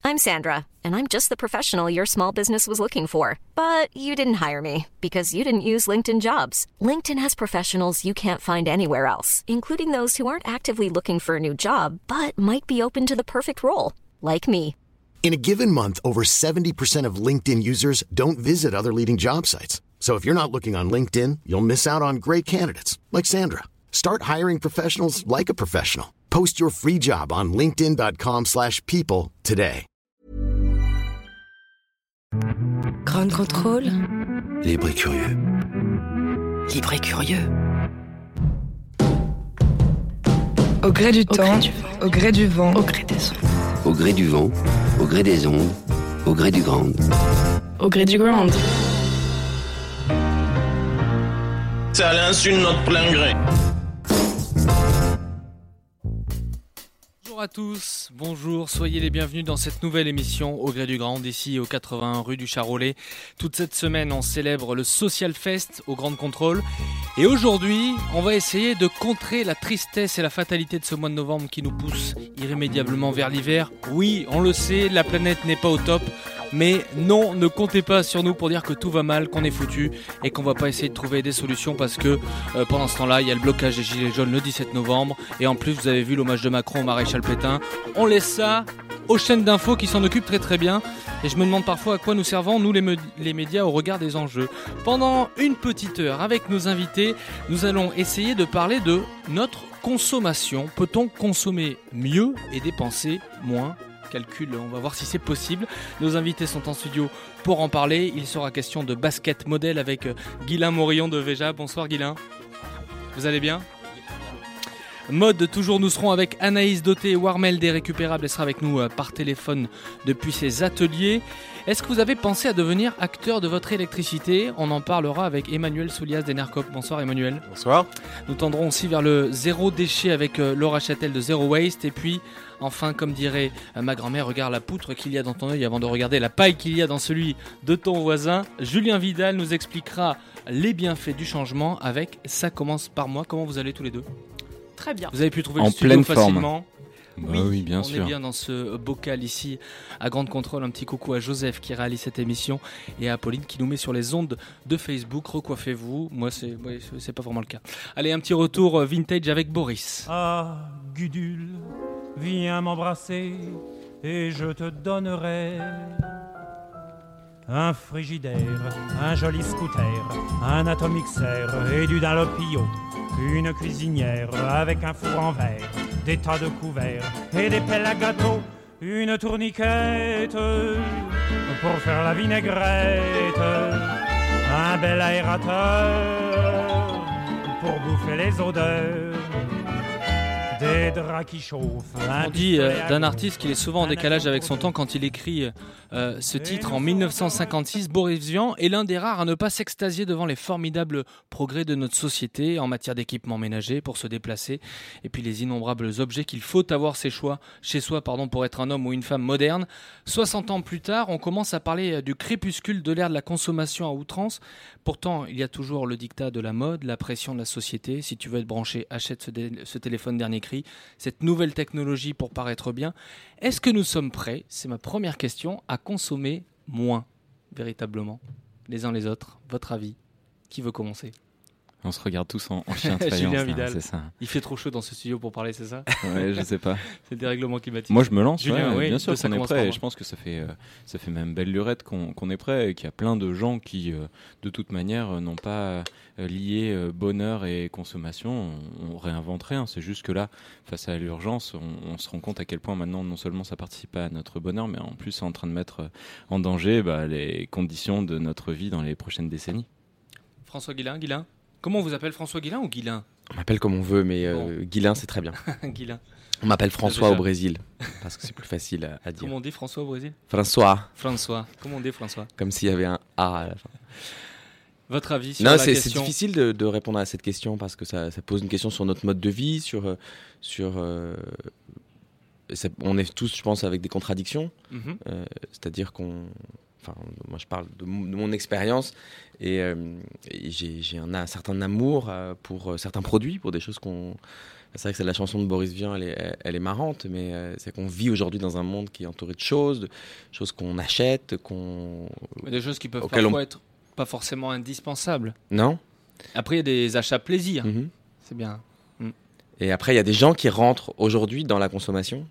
I'm Sandra, and I'm just the professional your small business was looking for. But you didn't hire me because you didn't use LinkedIn Jobs. LinkedIn has professionals you can't find anywhere else, including those who aren't actively looking for a new job, but might be open to the perfect role, like me. In a given month, over 70% of LinkedIn users don't visit other leading job sites. So if you're not looking on LinkedIn, you'll miss out on great candidates like Sandra. Start hiring professionals like a professional. Post your free job on linkedin.com/people today. Grand contrôle. Libre et curieux. Libre et curieux. Au gré du temps, au gré du vent, au gré des ondes. Au gré du vent, au gré des ondes, au gré du grand. Au gré du grand. C'est à l'insu de notre plein gré. Bonjour à tous, bonjour, soyez les bienvenus dans cette nouvelle émission Au gré du grand, ici au 81 rue du Charolais. Toute cette semaine, on célèbre le Social Fest au Grand Contrôle. Et aujourd'hui, on va essayer de contrer la tristesse et la fatalité de ce mois de novembre qui nous pousse irrémédiablement vers l'hiver. Oui, on le sait, la planète n'est pas au top. Mais non, ne comptez pas sur nous pour dire que tout va mal, qu'on est foutu et qu'on va pas essayer de trouver des solutions parce que pendant ce temps-là, il y a le blocage des Gilets jaunes le 17 novembre et en plus, vous avez vu l'hommage de Macron au maréchal Pétain. On laisse ça aux chaînes d'infos qui s'en occupent très très bien et je me demande parfois à quoi nous servons, nous les médias, au regard des enjeux. Pendant une petite heure, avec nos invités, nous allons essayer de parler de notre consommation. Peut-on consommer mieux et dépenser moins ? Calcul, on va voir si c'est possible. Nos invités sont en studio pour en parler. Il sera question de basket modèle avec Guylain Morillon de Veja. Bonsoir Guylain. Vous allez bien ? Mode, toujours nous serons avec Anaïs Doté et Warmel des Récupérables. Elle sera avec nous par téléphone depuis ses ateliers. Est-ce que vous avez pensé à devenir acteur de votre électricité ? On en parlera avec Emmanuel Soulias d'Enercop. Bonsoir Emmanuel. Bonsoir. Nous tendrons aussi vers le zéro déchet avec Laura Châtel de Zero Waste. Et puis, enfin, comme dirait ma grand-mère, regarde la poutre qu'il y a dans ton œil avant de regarder la paille qu'il y a dans celui de ton voisin. Julien Vidal nous expliquera les bienfaits du changement avec Ça commence par moi. Comment vous allez tous les deux ? Très bien. Vous avez pu trouver En le studio pleine facilement. Oui, bien sûr. On est bien dans ce bocal ici à Grande Contrôle. Un petit coucou à Joseph qui réalise cette émission et à Apolline qui nous met sur les ondes de Facebook. Recoiffez-vous. Moi, c'est pas vraiment le cas. Allez, un petit retour vintage avec Boris. Ah, Gudule, viens m'embrasser et je te donnerai un frigidaire, un joli scooter, un atomixer et du Dunlopio, une cuisinière avec un four en verre, des tas de couverts et des pelles à gâteau, une tourniquette pour faire la vinaigrette, un bel aérateur pour bouffer les odeurs, des draps qui chauffent. On dit d'un artiste qu'il est souvent en décalage avec son temps quand il écrit ce titre en 1956. Boris Vian est l'un des rares à ne pas s'extasier devant les formidables progrès de notre société en matière d'équipement ménager pour se déplacer et puis les innombrables objets qu'il faut avoir chez soi pour être un homme ou une femme moderne. 60 ans plus tard, on commence à parler du crépuscule de l'ère de la consommation à outrance. Pourtant, il y a toujours le diktat de la mode, la pression de la société. Si tu veux être branché, achète ce téléphone dernier cri. Cette nouvelle technologie pour paraître bien. Est-ce que nous sommes prêts, c'est ma première question, à consommer moins, véritablement, les uns les autres? Votre avis? Qui veut commencer? On se regarde tous en chien de faïence. Julien Vidal, c'est ça. Il fait trop chaud dans ce studio pour parler, c'est ça? Ouais, je sais pas. C'est le dérèglement climatique. Moi, je me lance. Julien, oui, bien sûr ça qu'on est commence prêt. par Et moi. je pense que ça fait même belle lurette qu'on est prêt et qu'il y a plein de gens qui, de toute manière, n'ont pas lié bonheur et consommation. On réinvente rien. C'est juste que là, face à l'urgence, on se rend compte à quel point maintenant, non seulement ça participe à notre bonheur, mais en plus, c'est en train de mettre en danger les conditions de notre vie dans les prochaines décennies. François Guylain. Comment on vous appelle, François Guylain ou Guylain? On m'appelle comme on veut, mais Bon. Guylain, c'est très bien. Guylain. On m'appelle François Déjà. au Brésil, parce que c'est plus facile à dire. Comment on dit François au Brésil? François, Comment on dit François? comme s'il y avait un A à la fin. Votre avis sur Non, la c'est question? difficile de répondre à cette question, parce que ça pose une question sur notre mode de vie, on est tous, je pense, avec des contradictions. Mhm. C'est-à-dire moi je parle de mon expérience et j'ai un certain amour pour certains produits, pour des choses C'est vrai que la chanson de Boris Vian, elle est marrante, mais c'est qu'on vit aujourd'hui dans un monde qui est entouré de choses qu'on achète, des choses qui peuvent parfois être pas forcément indispensables. Non. Après, il y a des achats plaisir. C'est bien. Et après, il y a des gens qui rentrent aujourd'hui dans la consommation.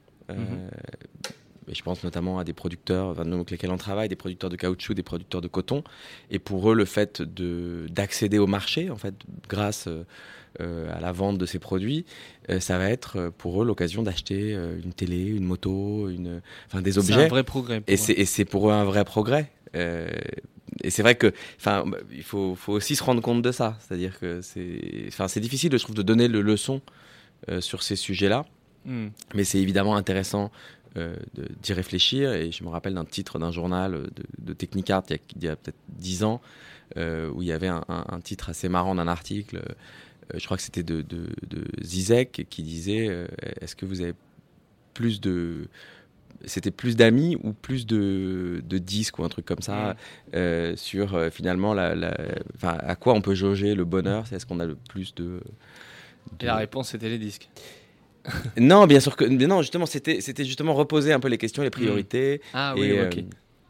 Et je pense notamment à des producteurs avec lesquels on travaille, des producteurs de caoutchouc, des producteurs de coton. Et pour eux, le fait d'accéder au marché, en fait, grâce à la vente de ces produits, ça va être pour eux l'occasion d'acheter une télé, une moto, des objets. C'est un vrai progrès. Et c'est pour eux un vrai progrès. Et c'est vrai que, il faut aussi se rendre compte de ça. C'est-à-dire que c'est difficile, je trouve, de donner le leçon sur ces sujets-là. Mais c'est évidemment intéressant d'y réfléchir. Et je me rappelle d'un titre d'un journal de Technicart il y a peut-être 10 ans où il y avait un titre assez marrant d'un article. Je crois que c'était de Zizek qui disait est-ce que vous avez plus d'amis ou plus de disques ou un truc comme ça sur finalement à quoi on peut jauger le bonheur, est-ce qu'on a le plus de... Et la réponse c'était les disques. Non, bien sûr que non, justement c'était justement reposer un peu les questions, les priorités. Ah oui, ok.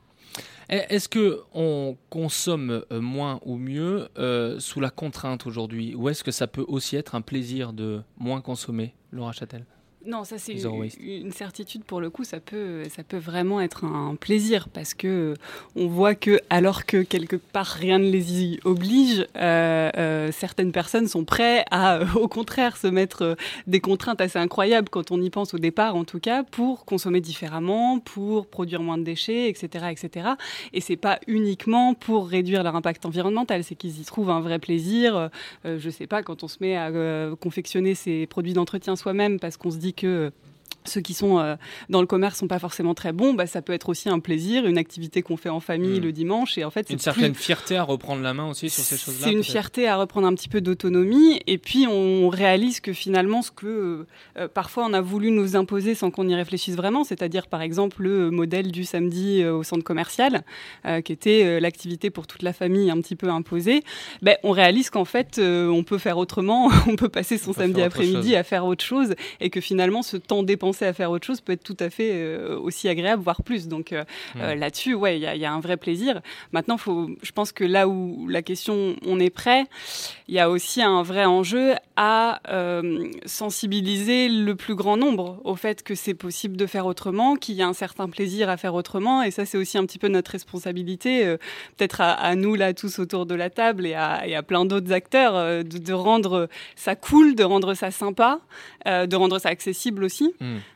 Est-ce que on consomme moins ou mieux sous la contrainte aujourd'hui, ou est-ce que ça peut aussi être un plaisir de moins consommer, Laura Châtel? Non, ça c'est une certitude pour le coup, ça peut vraiment être un plaisir parce que on voit que alors que quelque part rien ne les y oblige, certaines personnes sont prêtes à au contraire se mettre des contraintes assez incroyables quand on y pense au départ en tout cas pour consommer différemment, pour produire moins de déchets, etc., etc. Et c'est pas uniquement pour réduire leur impact environnemental, c'est qu'ils y trouvent un vrai plaisir. Je sais pas, quand on se met à confectionner ses produits d'entretien soi-même parce qu'on se dit que ceux qui sont dans le commerce sont pas forcément très bons, ça peut être aussi un plaisir, une activité qu'on fait en famille le dimanche. Et en fait, une certaine fierté à reprendre la main aussi sur ces choses-là. C'est une fierté à reprendre un petit peu d'autonomie. Et puis, on réalise que finalement, ce que parfois on a voulu nous imposer sans qu'on y réfléchisse vraiment, c'est-à-dire par exemple le modèle du samedi au centre commercial, qui était l'activité pour toute la famille un petit peu imposée, on réalise qu'en fait, on peut faire autrement, on peut passer son samedi après-midi à faire autre chose et que finalement, ce temps dépensé à faire autre chose peut être tout à fait aussi agréable, voire plus. Donc là-dessus, il y a un vrai plaisir. Maintenant, je pense que là où la question on est prêt, il y a aussi un vrai enjeu à sensibiliser le plus grand nombre au fait que c'est possible de faire autrement, qu'il y a un certain plaisir à faire autrement. Et ça, c'est aussi un petit peu notre responsabilité, peut-être à nous là tous autour de la table et à plein d'autres acteurs, de rendre ça cool, de rendre ça sympa, de rendre ça accessible aussi.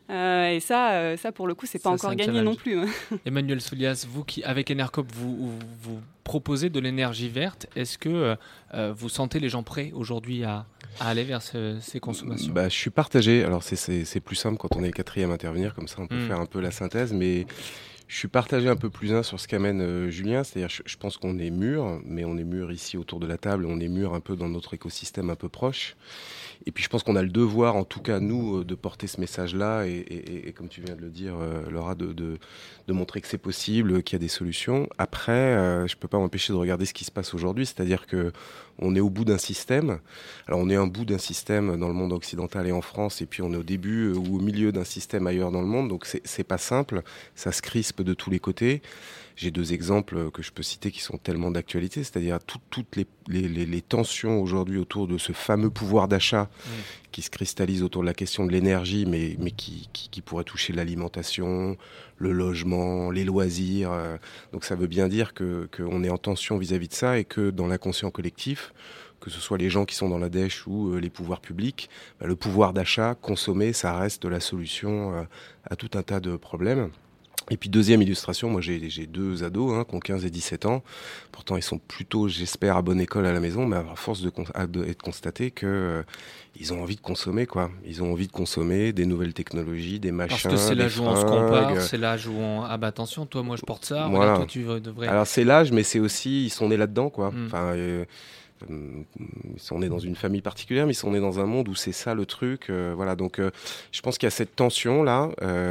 Et ça pour le coup, c'est pas encore gagné non plus. Emmanuel Soulias, vous qui avec Enercop vous proposez de l'énergie verte, est-ce que vous sentez les gens prêts aujourd'hui à aller vers ces consommations? Je suis partagé. Alors c'est plus simple quand on est le quatrième à intervenir, comme ça on peut faire un peu la synthèse, mais je suis partagé un peu plus sur ce qu'amène Julien, c'est-à-dire je pense qu'on est mûr, mais on est mûr ici autour de la table, on est mûr un peu dans notre écosystème un peu proche. Et puis je pense qu'on a le devoir, en tout cas nous, de porter ce message-là et comme tu viens de le dire, Laura, de montrer que c'est possible, qu'il y a des solutions. Après, je peux pas m'empêcher de regarder ce qui se passe aujourd'hui, c'est-à-dire que on est au bout d'un système. Alors on est un bout d'un système dans le monde occidental et en France, et puis on est au début ou au milieu d'un système ailleurs dans le monde, donc c'est pas simple, ça se crispe de tous les côtés. J'ai 2 exemples que je peux citer qui sont tellement d'actualité, c'est-à-dire toutes les tensions aujourd'hui autour de ce fameux pouvoir d'achat qui se cristallise autour de la question de l'énergie, mais qui pourrait toucher l'alimentation, le logement, les loisirs. Donc ça veut bien dire qu'on est en tension vis-à-vis de ça et que dans l'inconscient collectif, que ce soit les gens qui sont dans la dèche ou les pouvoirs publics, le pouvoir d'achat, consommer, ça reste la solution à tout un tas de problèmes. Et puis deuxième illustration, moi j'ai 2 ados qui ont 15 et 17 ans. Pourtant ils sont plutôt, j'espère, à bonne école à la maison, mais à force de constater que ils ont envie de consommer, quoi. Ils ont envie de consommer des nouvelles technologies, des machins, parce que c'est l'âge où on se compare, c'est l'âge où on attention, toi moi je porte ça, voilà. Toi tu devrais. Alors c'est l'âge, mais c'est aussi ils sont nés là-dedans, quoi. on est dans une famille particulière, mais on est dans un monde où c'est ça le truc. Voilà, donc je pense qu'il y a cette tension-là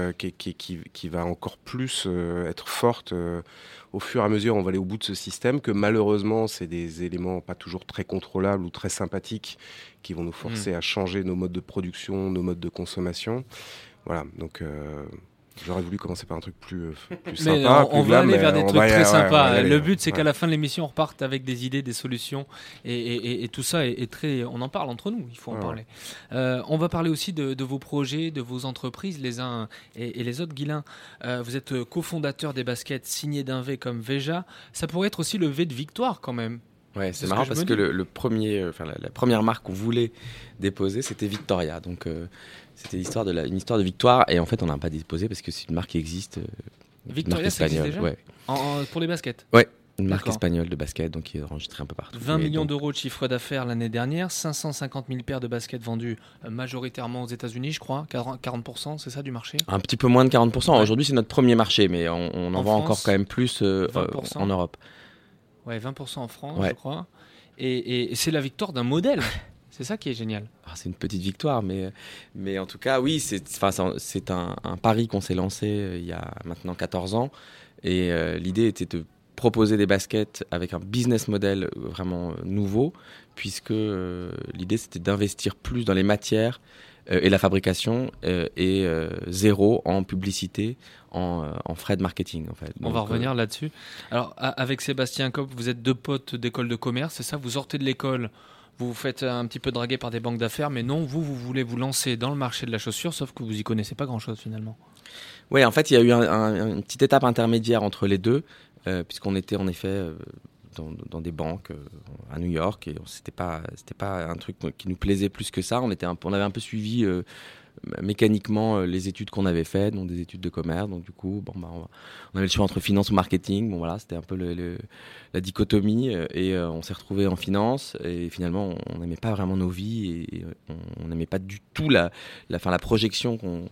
qui va encore plus être forte au fur et à mesure on va aller au bout de ce système, que malheureusement c'est des éléments pas toujours très contrôlables ou très sympathiques qui vont nous forcer à changer nos modes de production, nos modes de consommation. Voilà, donc j'aurais voulu commencer par un truc plus sympa. On va aller vers des trucs très sympas. Le but, c'est ouais. qu'à la fin de l'émission, on reparte avec des idées, des solutions. Et tout ça est très... On en parle entre nous, il faut en parler. On va parler aussi de vos projets, de vos entreprises, les uns et les autres. Guylain, vous êtes cofondateur des baskets signées d'un V comme Veja. Ça pourrait être aussi le V de victoire quand même. Ouais, c'est marrant parce que la première marque qu'on voulait déposer, c'était Victoria. Donc, c'était une histoire de victoire. Et en fait, on n'a pas déposé parce que c'est une marque qui existe. Victoria, ça existe déjà pour les baskets. Ouais, une marque espagnole de basket, donc qui est enregistrée un peu partout. 20 millions d'euros de chiffre d'affaires l'année dernière, 550 000 paires de baskets vendues majoritairement aux États-Unis, je crois, 40%, c'est ça du marché ? Un petit peu moins de 40%. Ouais. Aujourd'hui, c'est notre premier marché, mais on en vend encore quand même plus en Europe. Ouais, 20% en France, je crois. Et c'est la victoire d'un modèle. C'est ça qui est génial. C'est une petite victoire, mais en tout cas, oui, c'est un pari qu'on s'est lancé il y a maintenant 14 ans. Et l'idée était de proposer des baskets avec un business model vraiment nouveau, puisque l'idée c'était d'investir plus dans les matières et la fabrication et zéro en publicité, en frais de marketing en fait. On va revenir là-dessus. Alors avec Sébastien Kopp, vous êtes deux potes d'école de commerce, c'est ça ? Vous sortez de l'école, vous vous faites un petit peu draguer par des banques d'affaires, mais non, vous voulez vous lancer dans le marché de la chaussure, sauf que vous y connaissez pas grand-chose finalement. Oui, en fait, il y a eu une petite étape intermédiaire entre les deux, puisqu'on était en effet dans des banques à New York, et c'était pas un truc qui nous plaisait plus que ça. On avait un peu suivi mécaniquement les études qu'on avait faites, donc des études de commerce. Donc du coup, on avait le choix entre finance ou marketing. Bon voilà, c'était un peu la dichotomie, et on s'est retrouvés en finance. Et finalement, on n'aimait pas vraiment nos vies, et on n'aimait pas du tout la projection qu'on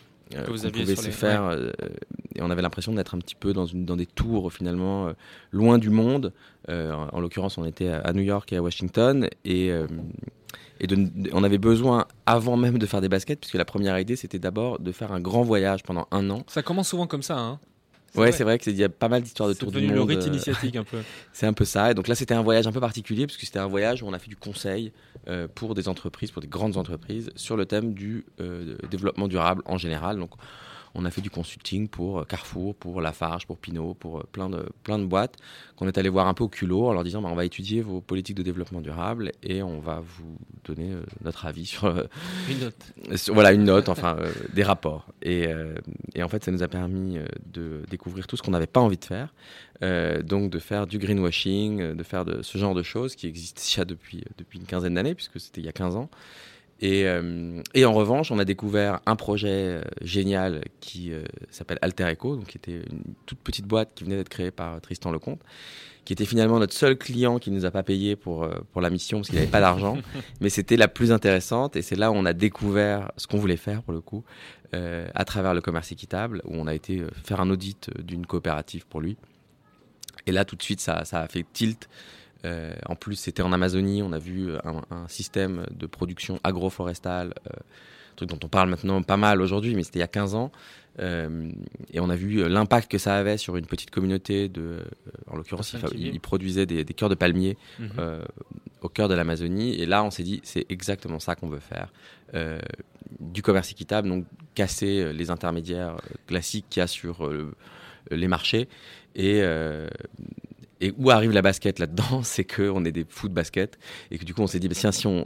pouvait se faire, et on avait l'impression d'être un petit peu dans des tours finalement loin du monde. En l'occurrence, on était à New York et à Washington, et on avait besoin, avant même de faire des baskets, puisque la première idée c'était d'abord de faire un grand voyage pendant 1 an. Ça commence souvent comme ça, hein. C'est vrai qu'il y a pas mal d'histoires de tour du monde. C'est devenu le rite initiatique un peu. C'est un peu ça. Et donc là, c'était un voyage un peu particulier, parce que c'était un voyage où on a fait du conseil pour des entreprises, pour des grandes entreprises, sur le thème du développement durable en général. Donc, on a fait du consulting pour Carrefour, pour Lafarge, pour Pinault, pour plein de boîtes qu'on est allé voir un peu au culot en leur disant on va étudier vos politiques de développement durable et on va vous donner notre avis sur une note. Une note, enfin des rapports. Et en fait, ça nous a permis de découvrir tout ce qu'on n'avait pas envie de faire, donc de faire du greenwashing, de faire ce genre de choses qui existent déjà depuis une quinzaine d'années, puisque c'était il y a 15 ans. Et en revanche, on a découvert un projet génial qui s'appelle Alter Eco, donc qui était une toute petite boîte qui venait d'être créée par Tristan Lecomte, qui était finalement notre seul client qui ne nous a pas payé pour la mission parce qu'il n'avait pas d'argent, mais c'était la plus intéressante, et c'est là où on a découvert ce qu'on voulait faire pour le coup, à travers le commerce équitable, où on a été faire un audit d'une coopérative pour lui. Et là, tout de suite, ça a fait tilt. En plus, c'était en Amazonie, on a vu un système de production agroforestale, truc dont on parle maintenant pas mal aujourd'hui, mais c'était il y a 15 ans. Et on a vu l'impact que ça avait sur une petite communauté en l'occurrence, ils produisaient des cœurs de palmier au cœur de l'Amazonie. Et là, on s'est dit, c'est exactement ça qu'on veut faire. Du commerce équitable, donc casser les intermédiaires classiques qu'il y a sur les marchés. Et où arrive la basket là-dedans, c'est qu'on est des fous de basket, et que du coup on s'est dit, si on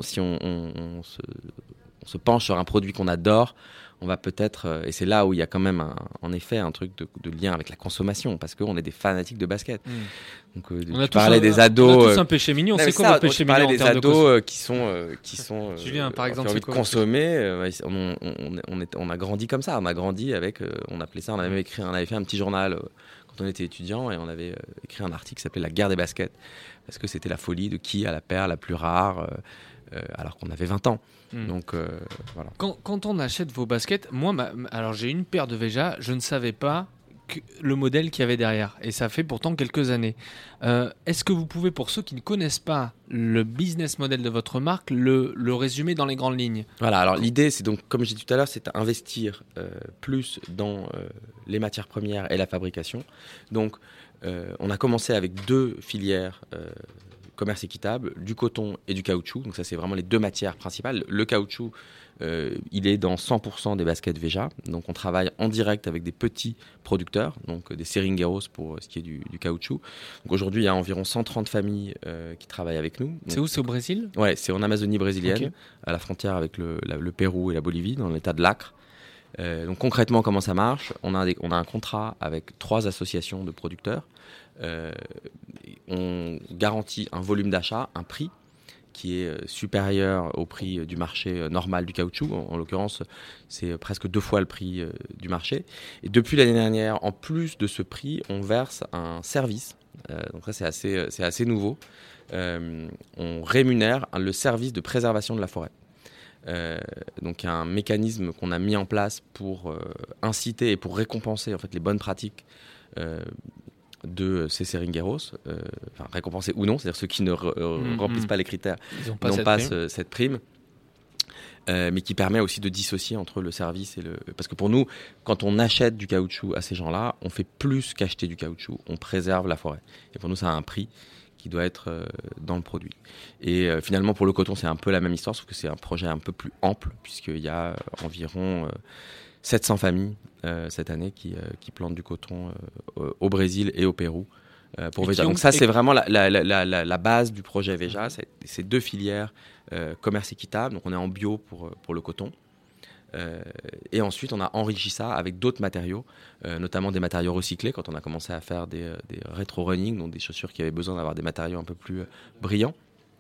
se penche sur un produit qu'on adore, on va peut-être, et c'est là où il y a quand même en effet un truc de lien avec la consommation, parce qu'on est des fanatiques de basket. Donc tu parlais des ados. On a tous un péché mignon. C'est quoi votre péché mignon en termes de ados qui sont Julien, par exemple, qui ont envie de consommer. On a grandi comme ça. On a grandi avec, on appelait ça, on avait fait un petit journal quand on était étudiant, et on avait écrit un article qui s'appelait La guerre des baskets, parce que c'était la folie de qui a la paire la plus rare, alors qu'on avait 20 ans. Donc voilà. Quand on achète vos baskets, moi, alors j'ai une paire de Veja, je ne savais pas le modèle qu'il y avait derrière. Et ça fait pourtant quelques années. Est-ce que vous pouvez, pour ceux qui ne connaissent pas le business model de votre marque, le résumer dans les grandes lignes ? Voilà, alors l'idée, c'est donc, comme j'ai dit tout à l'heure, c'est d'investir plus dans les matières premières et la fabrication. Donc, on a commencé avec 2 filières commerce équitable, du coton et du caoutchouc. Donc ça, c'est vraiment les 2 matières principales. Le caoutchouc, il est dans 100% des baskets Veja. Donc on travaille en direct avec des petits producteurs, donc des seringueiros pour ce qui est du caoutchouc. Donc aujourd'hui, il y a environ 130 familles qui travaillent avec nous. C'est où ? C'est au Brésil ? Ouais, c'est en Amazonie brésilienne, à la frontière avec le Pérou et la Bolivie, dans l'état de l'Acre. Donc concrètement, comment ça marche ? On a un contrat avec 3 associations de producteurs. On garantit un volume d'achat, un prix qui est supérieur au prix du marché normal du caoutchouc. En l'occurrence, c'est presque 2 fois le prix du marché. Et depuis l'année dernière, en plus de ce prix, on verse un service. Donc ça, c'est assez nouveau. On rémunère le service de préservation de la forêt. Donc il y a un mécanisme qu'on a mis en place pour inciter et pour récompenser en fait les bonnes pratiques de ces seringueiros, enfin récompensés ou non, c'est-à-dire ceux qui ne remplissent pas les critères n'ont pas cette prime. Mais qui permet aussi de dissocier entre le service et le... Parce que pour nous, quand on achète du caoutchouc à ces gens-là, on fait plus qu'acheter du caoutchouc, on préserve la forêt. Et pour nous, ça a un prix qui doit être dans le produit. Et finalement, pour le coton, c'est un peu la même histoire, sauf que c'est un projet un peu plus ample, puisqu'il y a environ 700 familles cette année qui plantent du coton au Brésil et au Pérou pour Veja. Donc ça, c'est vraiment la base du projet Veja. C'est 2 filières commerce équitable. Donc on est en bio pour le coton. Et ensuite, on a enrichi ça avec d'autres matériaux, notamment des matériaux recyclés, quand on a commencé à faire des rétro-running, donc des chaussures qui avaient besoin d'avoir des matériaux un peu plus brillants.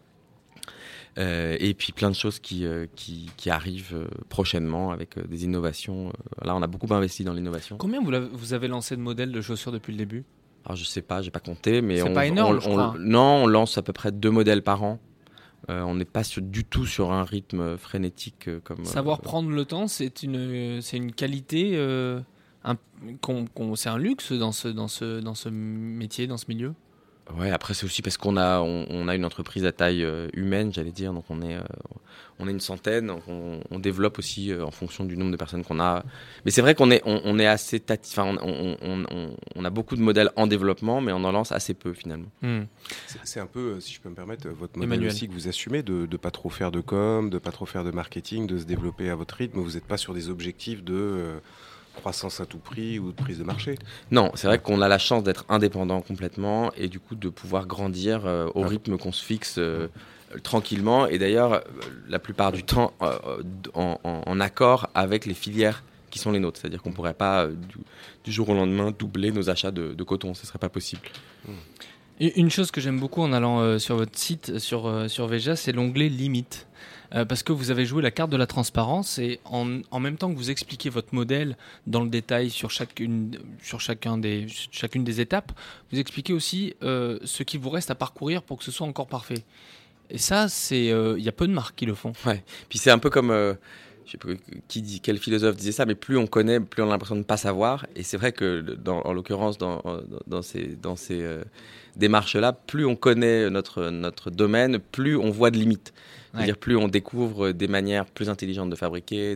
Et puis plein de choses qui arrivent prochainement avec des innovations. Là, on a beaucoup investi dans l'innovation. Combien vous avez lancé de modèles de chaussures depuis le début ? Alors, je sais pas, j'ai pas compté, mais c'est pas énorme, je crois. Non, on lance à peu près 2 modèles par an. On n'est pas du tout sur un rythme frénétique comme. Savoir prendre le temps, c'est une qualité. C'est un luxe dans ce métier, dans ce milieu. Ouais, après c'est aussi parce qu'on a une entreprise à taille humaine, j'allais dire, donc on est une centaine, donc on développe aussi en fonction du nombre de personnes qu'on a. Mais c'est vrai qu'on est assez on a beaucoup de modèles en développement, mais on en lance assez peu finalement. C'est un peu, si je peux me permettre, votre modèle aussi que vous assumez de pas trop faire de com, de pas trop faire de marketing, de se développer à votre rythme. Vous n'êtes pas sur des objectifs de croissance à tout prix ou de prise de marché. Non, c'est vrai qu'on a la chance d'être indépendant complètement et du coup de pouvoir grandir au rythme qu'on se fixe tranquillement et d'ailleurs la plupart du temps en accord avec les filières qui sont les nôtres. C'est-à-dire qu'on ne pourrait pas du jour au lendemain doubler nos achats de coton, ce ne serait pas possible. Une chose que j'aime beaucoup en allant sur votre site, sur Veja, c'est l'onglet Limite. Parce que vous avez joué la carte de la transparence et en même temps que vous expliquez votre modèle dans le détail sur chacune des étapes, vous expliquez aussi ce qu'il vous reste à parcourir pour que ce soit encore parfait. Et ça, il y a peu de marques qui le font. Ouais. Puis c'est un peu comme... je sais pas quel philosophe disait ça, mais plus on connaît, plus on a l'impression de ne pas savoir. Et c'est vrai que, en l'occurrence, dans ces démarches-là, plus on connaît notre domaine, plus on voit de limites. C'est-à-dire plus on découvre des manières plus intelligentes de fabriquer,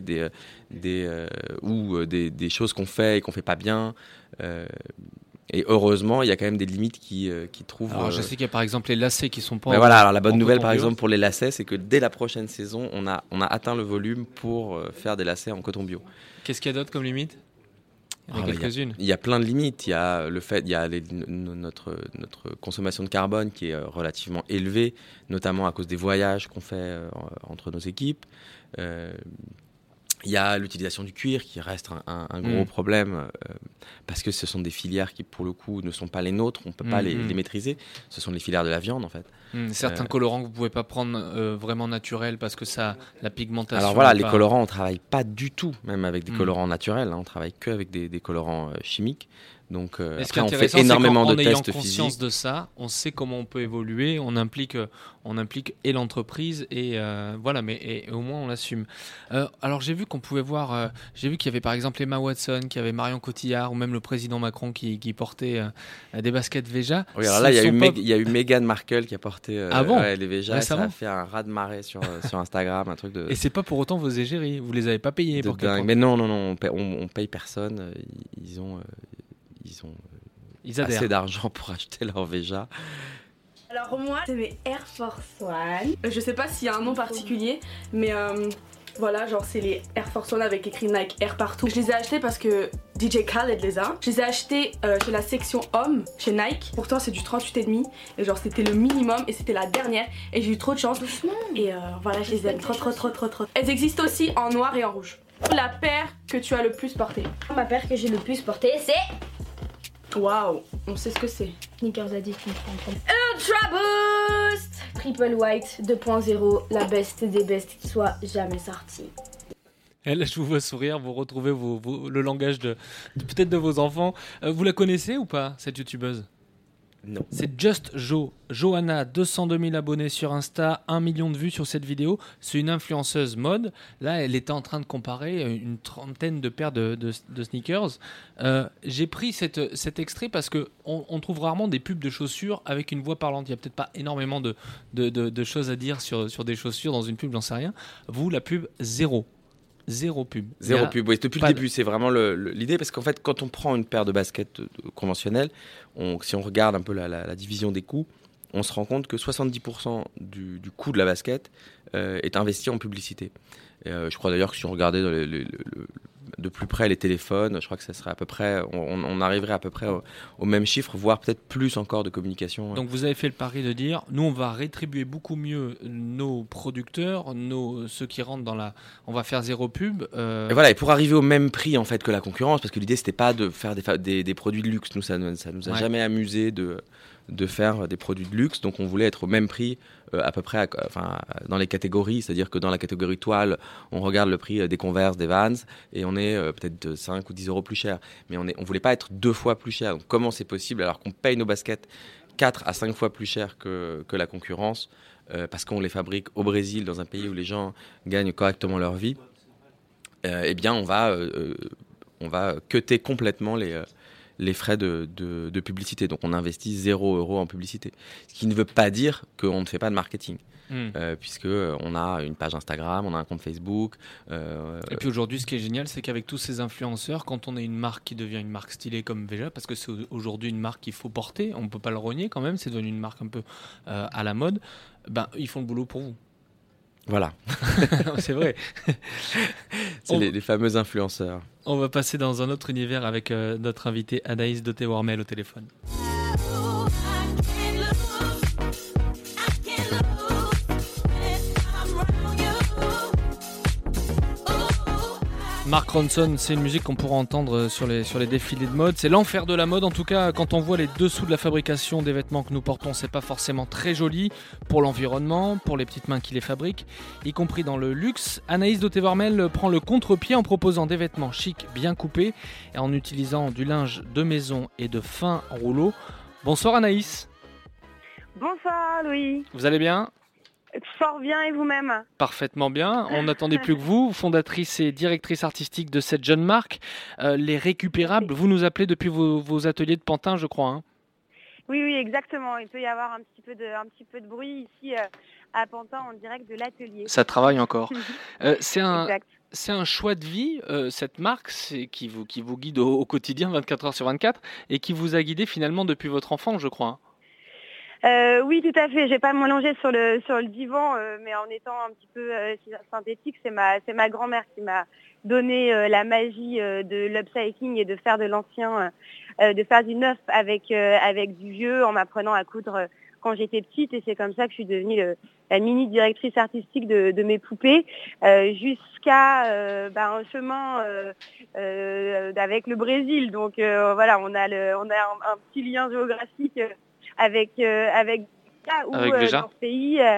des choses qu'on fait et qu'on ne fait pas bien. Et heureusement, il y a quand même des limites qui trouvent... Alors, je sais qu'il y a par exemple les lacets qui sont pas... Mais voilà, alors la bonne nouvelle par exemple pour les lacets, c'est que dès la prochaine saison, on a atteint le volume pour faire des lacets en coton bio. Qu'est-ce qu'il y a d'autre comme limite ? Il y en a quelques-unes. Il y a plein de limites. Il y a notre consommation de carbone qui est relativement élevée, notamment à cause des voyages qu'on fait entre nos équipes. Il y a l'utilisation du cuir qui reste un gros problème parce que ce sont des filières qui, pour le coup, ne sont pas les nôtres. On ne peut pas les maîtriser. Ce sont les filières de la viande, en fait. Certains colorants que vous ne pouvez pas prendre vraiment naturels parce que la pigmentation... Alors voilà, les colorants, on ne travaille pas du tout, même avec des colorants naturels. On travaille qu'avec des colorants chimiques. Donc ce qui est après, on fait intéressant, énormément c'est de qu'en ayant tests conscience physiques. de ça, on sait comment on peut évoluer, on implique et l'entreprise et voilà, mais et au moins on l'assume. Alors j'ai vu qu'on pouvait voir, j'ai vu qu'il y avait par exemple Emma Watson, qu'il y avait Marion Cotillard ou même le président Macron qui portait des baskets Veja. Oui, alors là, il y a eu Meghan Markle qui a porté les Veja. Ça a fait un raz-de-marée sur Instagram, un truc de. Et c'est pas pour autant vos égéries, vous les avez pas payés pour dingue. Mais non, on paye personne. Ils ont assez d'argent pour acheter leur Veja. Alors moi, c'est mes Air Force One. Je sais pas s'il y a un nom particulier, mais voilà, genre c'est les Air Force One avec écrit Nike Air partout. Je les ai achetés parce que DJ Khaled les a. Je les ai achetés chez la section homme, chez Nike. Pourtant c'est du 38,5 et genre c'était le minimum et c'était la dernière et j'ai eu trop de chance. Et voilà, je les aime trop. Elles existent aussi en noir et en rouge. La paire que tu as le plus portée. Ma paire que j'ai le plus portée, c'est... Waouh, on sait ce que c'est. Sneakers Addict Ultra Boost Triple White 2.0, la best des bestes qui soit jamais sortie. Et là, je vous vois sourire, vous retrouvez le langage peut-être de vos enfants. Vous la connaissez ou pas, cette youtubeuse ? Non. C'est Just Jo. Johanna, 202 000 abonnés sur Insta, 1 million de vues sur cette vidéo. C'est une influenceuse mode. Là, elle était en train de comparer une trentaine de paires de sneakers. J'ai pris cet extrait parce qu'on trouve rarement des pubs de chaussures avec une voix parlante. Il n'y a peut-être pas énormément de choses à dire sur des chaussures dans une pub, j'en sais rien. Vous, la pub, zéro pub. Zéro pub, oui, depuis le début, c'est vraiment l'idée, parce qu'en fait, quand on prend une paire de baskets conventionnelles, si on regarde un peu la division des coûts, on se rend compte que 70% du coût de la basket est investi en publicité. Je crois d'ailleurs que si on regardait de plus près les téléphones, je crois que ça serait à peu près, on arriverait à peu près au même chiffre, voire peut-être plus encore de communication. Donc vous avez fait le pari de dire, nous on va rétribuer beaucoup mieux nos producteurs, ceux qui rentrent on va faire zéro pub. Et voilà, et pour arriver au même prix en fait que la concurrence, parce que l'idée c'était pas de faire des produits de luxe, nous ça nous a jamais amusé de faire des produits de luxe, donc on voulait être au même prix à peu près dans les catégories, c'est-à-dire que dans la catégorie toile, on regarde le prix des Converse, des Vans, et on est peut-être 5 ou 10 euros plus cher, mais on voulait pas être 2 fois plus cher. Donc comment c'est possible alors qu'on paye nos baskets 4 à 5 fois plus cher que la concurrence, parce qu'on les fabrique au Brésil, dans un pays où les gens gagnent correctement leur vie, eh bien on va cutter complètement les frais de publicité. Donc on investit 0 € en publicité. Ce qui ne veut pas dire qu'on ne fait pas de marketing. Puisqu'on a une page Instagram, on a un compte Facebook. Et puis aujourd'hui, ce qui est génial, c'est qu'avec tous ces influenceurs, quand on est une marque qui devient une marque stylée comme Veja, parce que c'est aujourd'hui une marque qu'il faut porter, on ne peut pas le renier quand même, c'est devenu une marque un peu à la mode, ils font le boulot pour vous. Voilà. C'est vrai. C'est les fameux influenceurs. On va passer dans un autre univers avec notre invitée Anaïs Doté-Wormel au téléphone. Mark Ronson, c'est une musique qu'on pourra entendre sur les défilés de mode. C'est l'enfer de la mode, en tout cas, quand on voit les dessous de la fabrication des vêtements que nous portons, c'est pas forcément très joli pour l'environnement, pour les petites mains qui les fabriquent, y compris dans le luxe. Anaïs Doté-Wormel prend le contre-pied en proposant des vêtements chics, bien coupés, et en utilisant du linge de maison et de fins rouleaux. Bonsoir Anaïs. Bonsoir Louis. Vous allez bien ? Fort bien, et vous-même ? Parfaitement bien. On n'attendait plus que vous, fondatrice et directrice artistique de cette jeune marque. Les Récupérables, vous nous appelez depuis vos ateliers de Pantin, je crois. Hein. Oui, exactement. Il peut y avoir un petit peu de bruit ici à Pantin en direct de l'atelier. Ça travaille encore. C'est un choix de vie, cette marque qui vous guide au quotidien 24 heures sur 24 et qui vous a guidé finalement depuis votre enfance, je crois. Oui, tout à fait. J'ai pas m'allonger sur le divan, mais en étant un petit peu synthétique, c'est ma grand-mère qui m'a donné la magie de l'upcycling et de faire de l'ancien, de faire du neuf avec du vieux, en m'apprenant à coudre quand j'étais petite, et c'est comme ça que je suis devenue la mini directrice artistique de mes poupées, jusqu'à un chemin avec le Brésil. Donc voilà, on a un petit lien géographique avec là où dans ce pays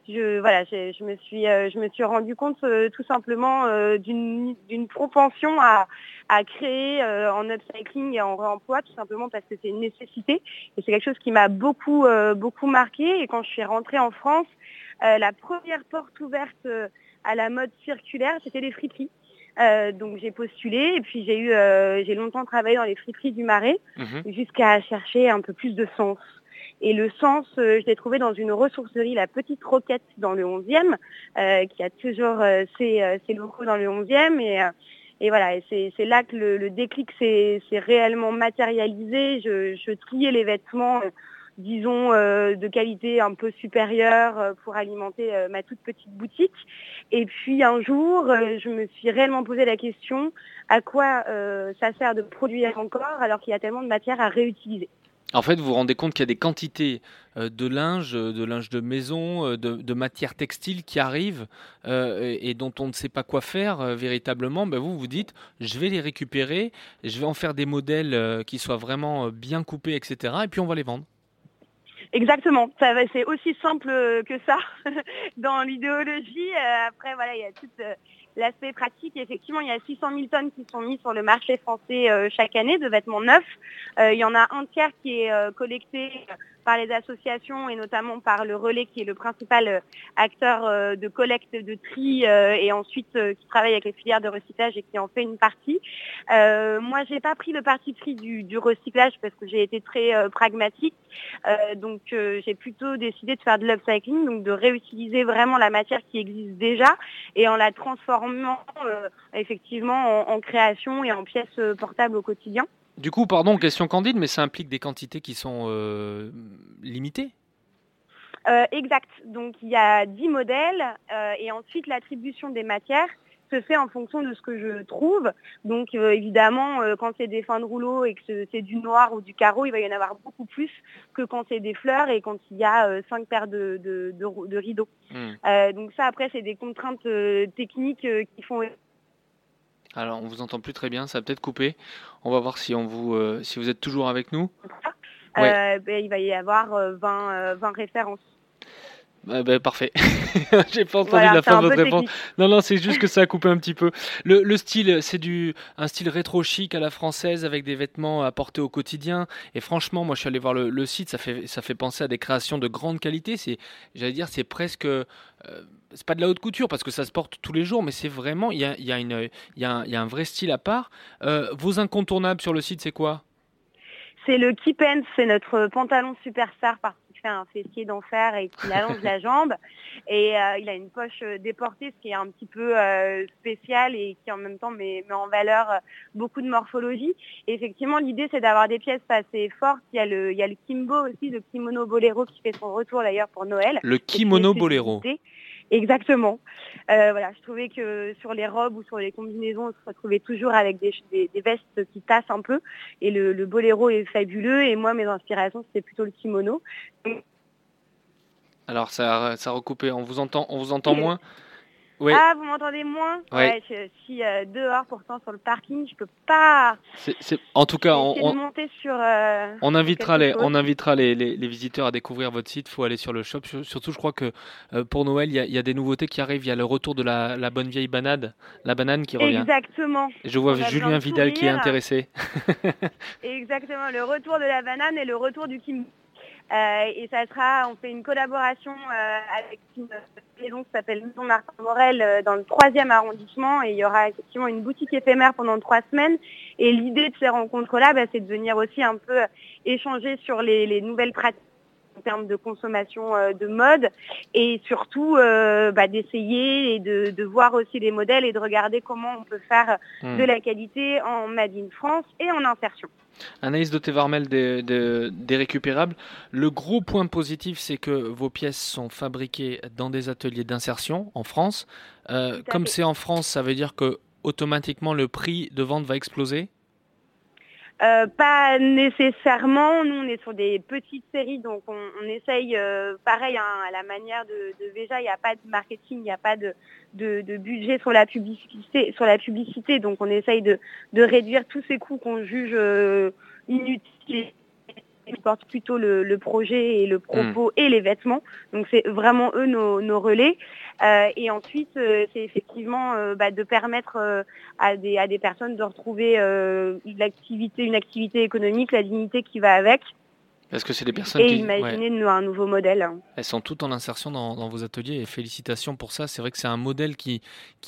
je me suis rendu compte tout simplement d'une propension à créer en upcycling et en réemploi, tout simplement parce que c'est une nécessité et c'est quelque chose qui m'a beaucoup marqué. Et quand je suis rentrée en France, la première porte ouverte à la mode circulaire, c'était les friperies. Donc j'ai postulé et puis j'ai longtemps travaillé dans les friperies du Marais jusqu'à chercher un peu plus de sens. Et le sens, je l'ai trouvé dans une ressourcerie, la Petite Roquette, dans le 11e, qui a toujours ses locaux dans le 11e. Et voilà, et c'est là que le déclic s'est réellement matérialisé. Je triais les vêtements, disons, de qualité un peu supérieure pour alimenter ma toute petite boutique. Et puis un jour, je me suis réellement posé la question, à quoi ça sert de produire encore alors qu'il y a tellement de matière à réutiliser. En fait, vous vous rendez compte qu'il y a des quantités de linge de maison, de matières textiles qui arrivent et dont on ne sait pas quoi faire véritablement. Ben vous dites, je vais les récupérer, je vais en faire des modèles qui soient vraiment bien coupés, etc. Et puis on va les vendre. Exactement, c'est aussi simple que ça dans l'idéologie. Après, voilà, il y a tout l'aspect pratique. Effectivement, il y a 600 000 tonnes qui sont mises sur le marché français chaque année de vêtements neufs. Il y en a un tiers qui est collecté par les associations et notamment par le Relais qui est le principal acteur de collecte, de tri et ensuite qui travaille avec les filières de recyclage et qui en fait une partie. Moi, j'ai pas pris le parti pris du recyclage parce que j'ai été très pragmatique. Donc, j'ai plutôt décidé de faire de l'upcycling, donc de réutiliser vraiment la matière qui existe déjà et en la transformant effectivement en création et en pièces portables au quotidien. Du coup, pardon, question candide, mais ça implique des quantités qui sont limitées ? Exact. Donc, il y a 10 modèles et ensuite l'attribution des matières se fait en fonction de ce que je trouve. Donc, évidemment, quand c'est des fins de rouleau et que c'est du noir ou du carreau, il va y en avoir beaucoup plus que quand c'est des fleurs et quand il y a 5 paires de rideaux. Donc ça, après, c'est des contraintes techniques qui font... Alors, on vous entend plus très bien, ça va peut-être couper. On va voir si vous êtes toujours avec nous. Il va y avoir 20 références. Parfait. J'ai pas entendu la fin de votre réponse. Non, c'est juste que ça a coupé un petit peu. Le style, c'est un style rétro chic à la française avec des vêtements à porter au quotidien. Et franchement, moi, je suis allé voir le site. Ça fait penser à des créations de grande qualité. C'est presque. C'est pas de la haute couture parce que ça se porte tous les jours, mais c'est vraiment. Il y a un vrai style à part. Vos incontournables sur le site, c'est quoi ? C'est le keep ends, c'est notre pantalon superstar parce qu'il fait un fessier d'enfer et qu'il allonge la jambe. Et il a une poche déportée, ce qui est un petit peu spécial et qui en même temps met en valeur beaucoup de morphologie. Et effectivement, l'idée, c'est d'avoir des pièces assez fortes. Il y a le kimbo aussi, le kimono boléro qui fait son retour d'ailleurs pour Noël. Le kimono boléro. Exactement. Voilà, je trouvais que sur les robes ou sur les combinaisons, on se retrouvait toujours avec des vestes qui tassent un peu. Et le boléro est fabuleux. Et moi, mes inspirations, c'était plutôt le kimono. Alors, ça a recoupé. On vous entend moins. Oui. Ah, vous m'entendez moins ? Ouais, je suis dehors pourtant sur le parking, je peux pas. En tout cas, on invitera les visiteurs à découvrir votre site. Il faut aller sur le shop. Surtout, je crois que pour Noël, il y a des nouveautés qui arrivent. Il y a le retour de la bonne vieille banane, la banane qui revient. Exactement. Je vois Julien Vidal qui est intéressé. Exactement, le retour de la banane et le retour du kimbo. Et on fait une collaboration avec une maison qui s'appelle Maison Martin Morel dans le 3e arrondissement et il y aura effectivement une boutique éphémère pendant 3 semaines et l'idée de ces rencontres-là, c'est de venir aussi un peu échanger sur les nouvelles pratiques en termes de consommation de mode et surtout d'essayer et de voir aussi les modèles et de regarder comment on peut faire de la qualité en Made in France et en insertion. Anaïs de Thévarmel des récupérables. Le gros point positif, c'est que vos pièces sont fabriquées dans des ateliers d'insertion en France. Comme c'est en France, ça veut dire que automatiquement le prix de vente va exploser ? Pas nécessairement. Nous, on est sur des petites séries, donc on essaye, pareil, à la manière de Veja, il n'y a pas de marketing, il n'y a pas de budget sur la publicité, donc on essaye de réduire tous ces coûts qu'on juge inutiles qui portent plutôt le projet et le propos et les vêtements. Donc c'est vraiment eux nos relais. Et ensuite, c'est effectivement de permettre à des personnes de retrouver une activité économique, la dignité qui va avec. Parce que c'est des personnes qui imaginer un nouveau modèle. Elles sont toutes en insertion dans vos ateliers et félicitations pour ça. C'est vrai que c'est un modèle qui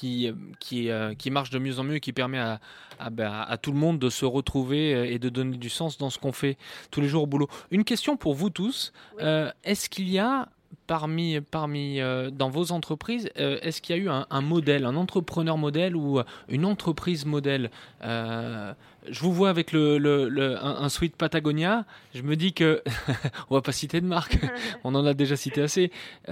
marche de mieux en mieux et qui permet à tout le monde de se retrouver et de donner du sens dans ce qu'on fait tous les jours au boulot. Une question pour vous tous. Oui. Est-ce qu'il y a parmi dans vos entreprises, est-ce qu'il y a eu un modèle, un entrepreneur modèle ou une entreprise modèle je vous vois avec un sweat Patagonia. Je me dis que on va pas citer de marque. On en a déjà cité assez.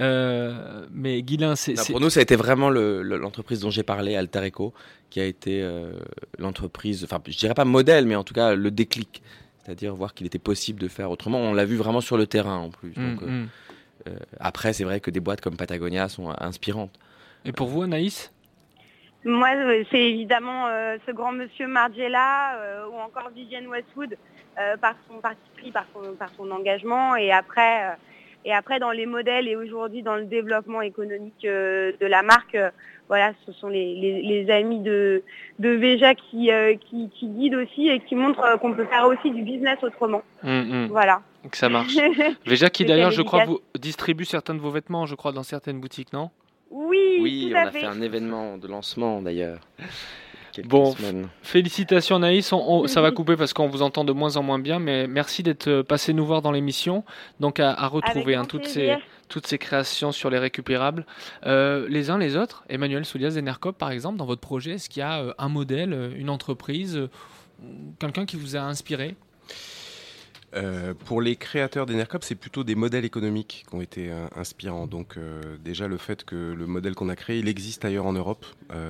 Mais Guilain, pour nous, ça a été vraiment l'entreprise dont j'ai parlé, Alter Eco, qui a été l'entreprise. Enfin, je dirais pas modèle, mais en tout cas le déclic. C'est-à-dire voir qu'il était possible de faire autrement. On l'a vu vraiment sur le terrain en plus. Donc, après, c'est vrai que des boîtes comme Patagonia sont inspirantes. Et pour vous, Anaïs ? Moi, c'est évidemment ce grand monsieur Margiela ou encore Vivienne Westwood par son parti pris, par son engagement. Et après, dans les modèles et aujourd'hui dans le développement économique de la marque, voilà, ce sont les amis de Veja qui guident aussi et qui montrent qu'on peut faire aussi du business autrement. Voilà. Que ça marche. Veja qui d'ailleurs, je crois, vous distribue certains de vos vêtements, je crois, dans certaines boutiques, non ? Oui, tout à fait. On a fait un événement de lancement d'ailleurs. Bon, félicitations Anaïs, ça va couper parce qu'on vous entend de moins en moins bien, mais merci d'être passé nous voir dans l'émission. Donc à retrouver toutes ces créations sur les récupérables. Les uns les autres, Emmanuel Soulias d'Enercop par exemple, dans votre projet, est-ce qu'il y a un modèle, une entreprise, quelqu'un qui vous a inspiré ? Pour les créateurs d'Enercop, c'est plutôt des modèles économiques qui ont été inspirants. Donc déjà le fait que le modèle qu'on a créé, il existe ailleurs en Europe.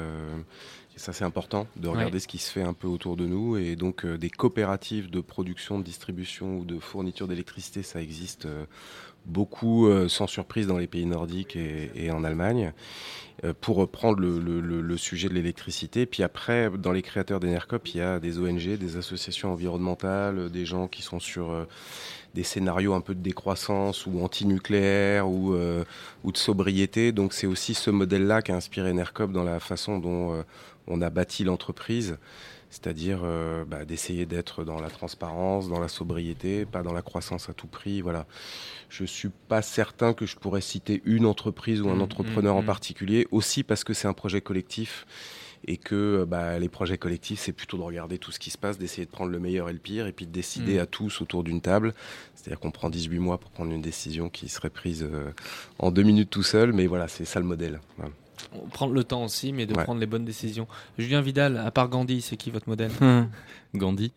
Et ça c'est important de regarder ce qui se fait un peu autour de nous. Et donc des coopératives de production, de distribution ou de fourniture d'électricité, ça existe beaucoup sans surprise dans les pays nordiques et en Allemagne. Pour reprendre le sujet de l'électricité. Puis après, dans les créateurs d'Enercop, il y a des ONG, des associations environnementales, des gens qui sont sur des scénarios un peu de décroissance ou anti-nucléaire ou de sobriété. Donc c'est aussi ce modèle-là qui a inspiré Enercop dans la façon dont on a bâti l'entreprise. C'est-à-dire d'essayer d'être dans la transparence, dans la sobriété, pas dans la croissance à tout prix. Voilà. Je ne suis pas certain que je pourrais citer une entreprise ou un entrepreneur en particulier, aussi parce que c'est un projet collectif et que les projets collectifs, c'est plutôt de regarder tout ce qui se passe, d'essayer de prendre le meilleur et le pire et puis de décider à tous autour d'une table. C'est-à-dire qu'on prend 18 mois pour prendre une décision qui serait prise en 2 minutes tout seul, mais voilà, c'est ça le modèle. Voilà. Prendre le temps aussi, mais de prendre les bonnes décisions. Julien Vidal, à part Gandhi, c'est qui votre modèle ? Gandhi.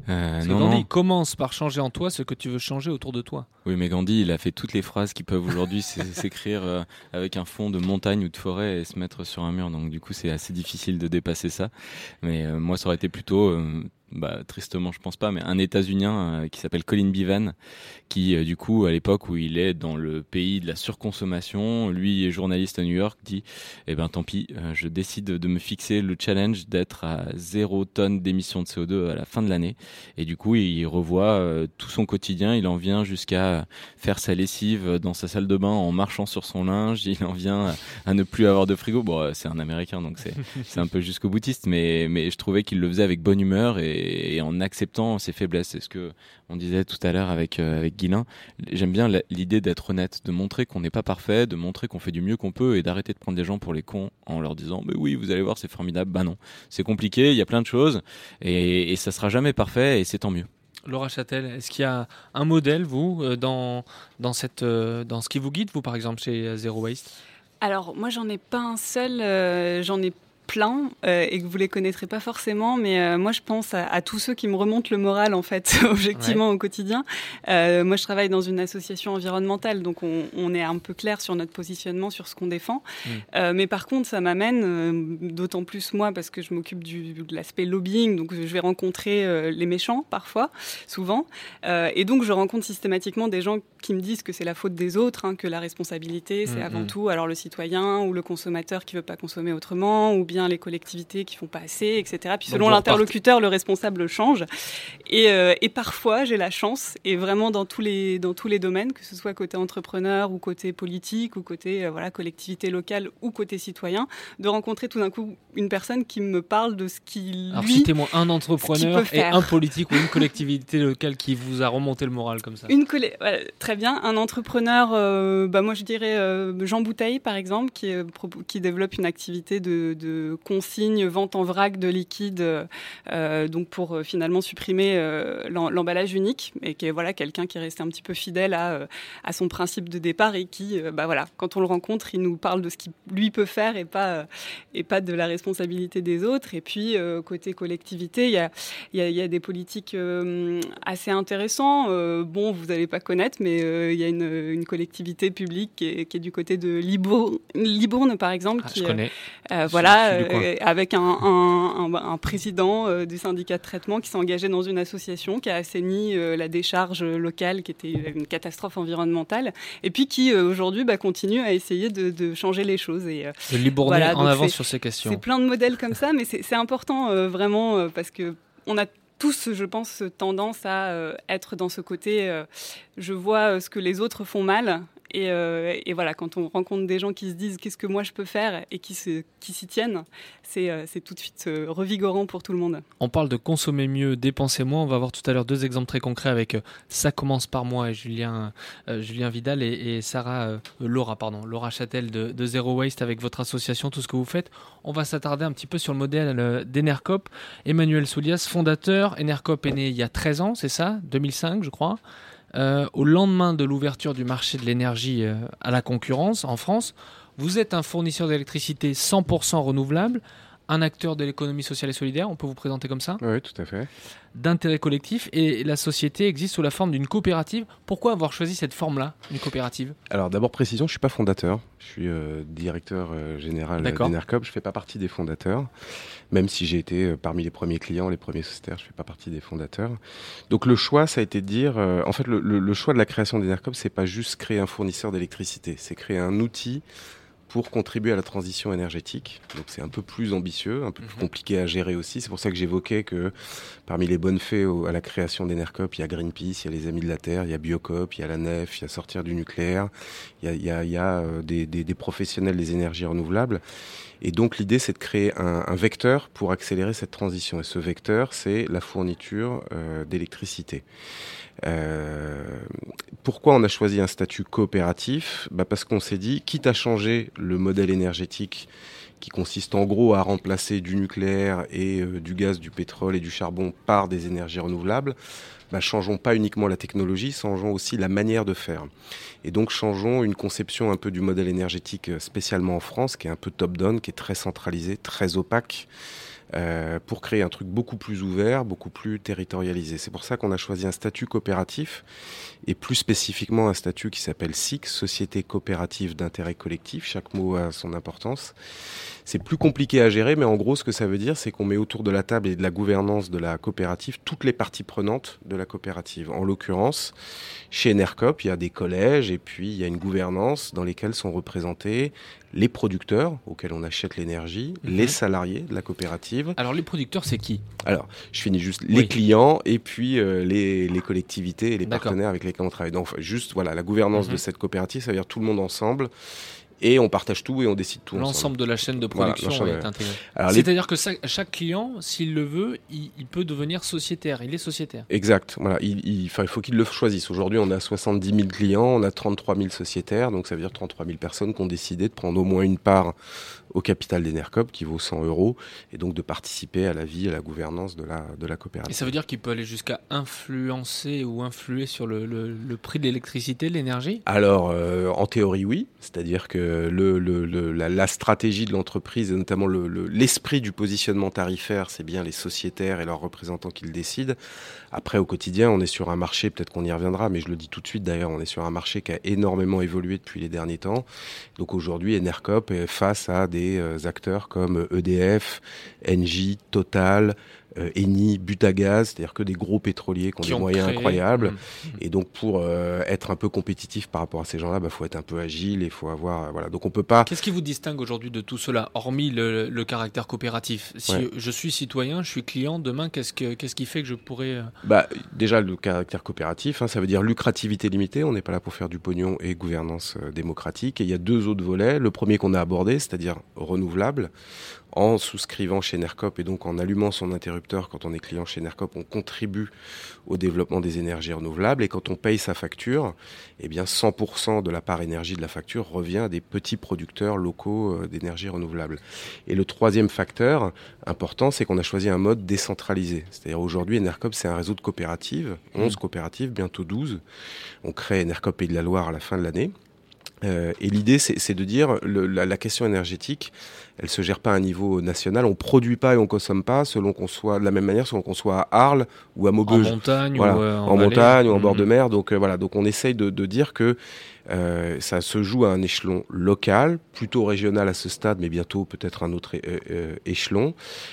Gandhi commence par changer en toi ce que tu veux changer autour de toi. Oui, mais Gandhi, il a fait toutes les phrases qui peuvent aujourd'hui s'écrire avec un fond de montagne ou de forêt et se mettre sur un mur. Donc du coup, c'est assez difficile de dépasser ça. Mais moi, ça aurait été plutôt... tristement je pense pas, mais un États-Unien qui s'appelle Colin Bevan, qui du coup à l'époque où il est dans le pays de la surconsommation, lui est journaliste à New York, dit tant pis, je décide de me fixer le challenge d'être à 0 tonnes d'émissions de CO2 à la fin de l'année, et du coup il revoit tout son quotidien, il en vient jusqu'à faire sa lessive dans sa salle de bain en marchant sur son linge, il en vient à ne plus avoir de frigo. Bon, c'est un Américain donc c'est un peu jusqu'au boutiste, mais je trouvais qu'il le faisait avec bonne humeur et en acceptant ses faiblesses. C'est ce que on disait tout à l'heure avec Guilain. J'aime bien l'idée d'être honnête, de montrer qu'on n'est pas parfait, de montrer qu'on fait du mieux qu'on peut et d'arrêter de prendre les gens pour les cons en leur disant mais oui, vous allez voir, c'est formidable. Bah non, c'est compliqué, il y a plein de choses et ça sera jamais parfait et c'est tant mieux. Laura Châtel, est-ce qu'il y a un modèle, vous, dans ce qui vous guide, vous, par exemple, chez Zero Waste ? Alors, moi, j'en ai pas un seul, j'en ai plein et que vous les connaîtrez pas forcément, mais moi je pense à tous ceux qui me remontent le moral en fait objectivement au quotidien. Moi je travaille dans une association environnementale, donc on est un peu clair sur notre positionnement, sur ce qu'on défend. Mais par contre ça m'amène, d'autant plus moi parce que je m'occupe de l'aspect lobbying, donc je vais rencontrer les méchants parfois, souvent, et donc je rencontre systématiquement des gens qui me disent que c'est la faute des autres, que la responsabilité c'est avant tout alors le citoyen ou le consommateur qui veut pas consommer autrement, ou bien bien les collectivités qui font pas assez, etc. Puis selon l'interlocuteur, le responsable change. Et parfois, j'ai la chance, et vraiment dans tous les domaines, que ce soit côté entrepreneur ou côté politique ou côté collectivité locale ou côté citoyen, de rencontrer tout d'un coup une personne qui me parle de ce qu'il Alors citez-moi un entrepreneur et un politique ou une collectivité locale qui vous a remonté le moral comme ça. Très bien. Un entrepreneur, moi je dirais Jean Bouteille par exemple, qui développe une activité de consigne, vente en vrac de liquide, donc pour finalement supprimer l'emballage unique, et qui est quelqu'un qui est resté un petit peu fidèle à son principe de départ et qui, quand on le rencontre, il nous parle de ce qu'il lui peut faire et pas de la responsabilité des autres. Et puis côté collectivité, il y a des politiques assez intéressants. Vous n'allez pas connaître, mais il y a une collectivité publique qui est du côté de Libourne, par exemple, je connais. Avec un président du syndicat de traitement qui s'est engagé dans une association qui a assaini la décharge locale, qui était une catastrophe environnementale, et puis qui aujourd'hui continue à essayer de changer les choses. Et, le Libournais en avance sur ces questions. C'est plein de modèles comme ça, mais c'est important vraiment parce que on a tous, je pense, tendance à être dans ce côté je vois ce que les autres font mal. Et voilà, quand on rencontre des gens qui se disent qu'est-ce que moi je peux faire et qui s'y tiennent, c'est tout de suite revigorant pour tout le monde. On parle de consommer mieux, dépenser moins. On va voir tout à l'heure 2 exemples très concrets avec Ça commence par moi et Julien Vidal et Laura Châtel de Zero Waste avec votre association, tout ce que vous faites. On va s'attarder un petit peu sur le modèle d'Enercop. Emmanuel Soulias, fondateur. Enercop est né il y a 13 ans, c'est ça, 2005 je crois. Au lendemain de l'ouverture du marché de l'énergie à la concurrence en France, vous êtes un fournisseur d'électricité 100% renouvelable, un acteur de l'économie sociale et solidaire, on peut vous présenter comme ça ? Oui, tout à fait. D'intérêt collectif, et la société existe sous la forme d'une coopérative. Pourquoi avoir choisi cette forme-là, une coopérative ? Alors d'abord précision, je ne suis pas fondateur, je suis directeur général d'Enercop, je ne fais pas partie des fondateurs, même si j'ai été parmi les premiers clients, les premiers sociétaires, je ne fais pas partie des fondateurs. Donc le choix, ça a été de dire, en fait le choix de la création d'Enercop, c'est pas juste créer un fournisseur d'électricité, c'est créer un outil pour contribuer à la transition énergétique. Donc c'est un peu plus ambitieux, un peu plus compliqué à gérer aussi. C'est pour ça que j'évoquais que parmi les bonnes fées à la création d'Enercop, il y a Greenpeace, il y a les Amis de la Terre, il y a Biocop, il y a la Nef, il y a Sortir du nucléaire, il y a des professionnels des énergies renouvelables. Et donc l'idée, c'est de créer un vecteur pour accélérer cette transition. Et ce vecteur, c'est la fourniture d'électricité. Pourquoi on a choisi un statut coopératif ? Parce qu'on s'est dit, quitte à changer le modèle énergétique qui consiste en gros à remplacer du nucléaire et du gaz, du pétrole et du charbon par des énergies renouvelables, changeons pas uniquement la technologie, changeons aussi la manière de faire. Et donc changeons une conception un peu du modèle énergétique spécialement en France, qui est un peu top-down, qui est très centralisé, très opaque, pour créer un truc beaucoup plus ouvert, beaucoup plus territorialisé. C'est pour ça qu'on a choisi un statut coopératif, et plus spécifiquement un statut qui s'appelle SIC, Société coopérative d'intérêt collectif. Chaque mot a son importance. C'est plus compliqué à gérer, mais en gros, ce que ça veut dire, c'est qu'on met autour de la table et de la gouvernance de la coopérative toutes les parties prenantes de la coopérative. En l'occurrence, chez Enercop, il y a des collèges et puis il y a une gouvernance dans lesquelles sont représentés les producteurs auxquels on achète l'énergie, les salariés de la coopérative. Alors les producteurs, c'est qui ? Alors, je finis juste les clients et puis les collectivités et les partenaires avec lesquels on travaille. Donc juste la gouvernance de cette coopérative, ça veut dire tout le monde ensemble. Et on partage tout et on décide tout ensemble. L'ensemble de la chaîne de production est intégré. C'est-à-dire que chaque client, s'il le veut, il peut devenir sociétaire. Il est sociétaire. Exact. Voilà. Il faut qu'il le choisisse. Aujourd'hui, on a 70 000 clients, on a 33 000 sociétaires. Donc ça veut dire 33 000 personnes qui ont décidé de prendre au moins une part au capital d'Enercop qui vaut 100 € et donc de participer à la vie, à la gouvernance de la coopérative. Et ça veut dire qu'il peut aller jusqu'à influencer ou influer sur le prix de l'électricité, de l'énergie ? Alors, en théorie, oui. C'est-à-dire que la stratégie de l'entreprise, et notamment l'esprit du positionnement tarifaire, c'est bien les sociétaires et leurs représentants qui le décident. Après, au quotidien, on est sur un marché, peut-être qu'on y reviendra, mais je le dis tout de suite d'ailleurs, on est sur un marché qui a énormément évolué depuis les derniers temps. Donc aujourd'hui, Enercop est face à des acteurs comme EDF, Engie, Total, Eni, Butagaz, c'est-à-dire que des gros pétroliers qui ont des moyens incroyables. Et donc pour être un peu compétitif par rapport à ces gens-là, faut être un peu agile et faut avoir voilà. Donc on peut pas. Qu'est-ce qui vous distingue aujourd'hui de tout cela, hormis le caractère coopératif? Si je suis citoyen, je suis client, demain qu'est-ce qui fait que je pourrais déjà le caractère coopératif, ça veut dire lucrativité limitée. On n'est pas là pour faire du pognon et gouvernance démocratique. Et il y a 2 autres volets. Le premier qu'on a abordé, c'est-à-dire renouvelable. En souscrivant chez Enercop et donc en allumant son interrupteur quand on est client chez Enercop, on contribue au développement des énergies renouvelables. Et quand on paye sa facture, 100% de la part énergie de la facture revient à des petits producteurs locaux d'énergie renouvelable. Et le troisième facteur important, c'est qu'on a choisi un mode décentralisé. C'est-à-dire aujourd'hui, Enercop, c'est un réseau de coopératives, 11 coopératives, bientôt 12. On crée Enercop Pays de la Loire à la fin de l'année. Et l'idée, c'est de dire la question énergétique, elle se gère pas à un niveau national. On produit pas et on consomme pas selon qu'on soit de la même manière, selon qu'on soit à Arles ou à Maubeuge. En montagne voilà, ou en montagne ou en bord de mer. Donc voilà. Donc on essaye de dire que ça se joue à un échelon local, plutôt régional à ce stade, mais bientôt peut-être un autre échelon,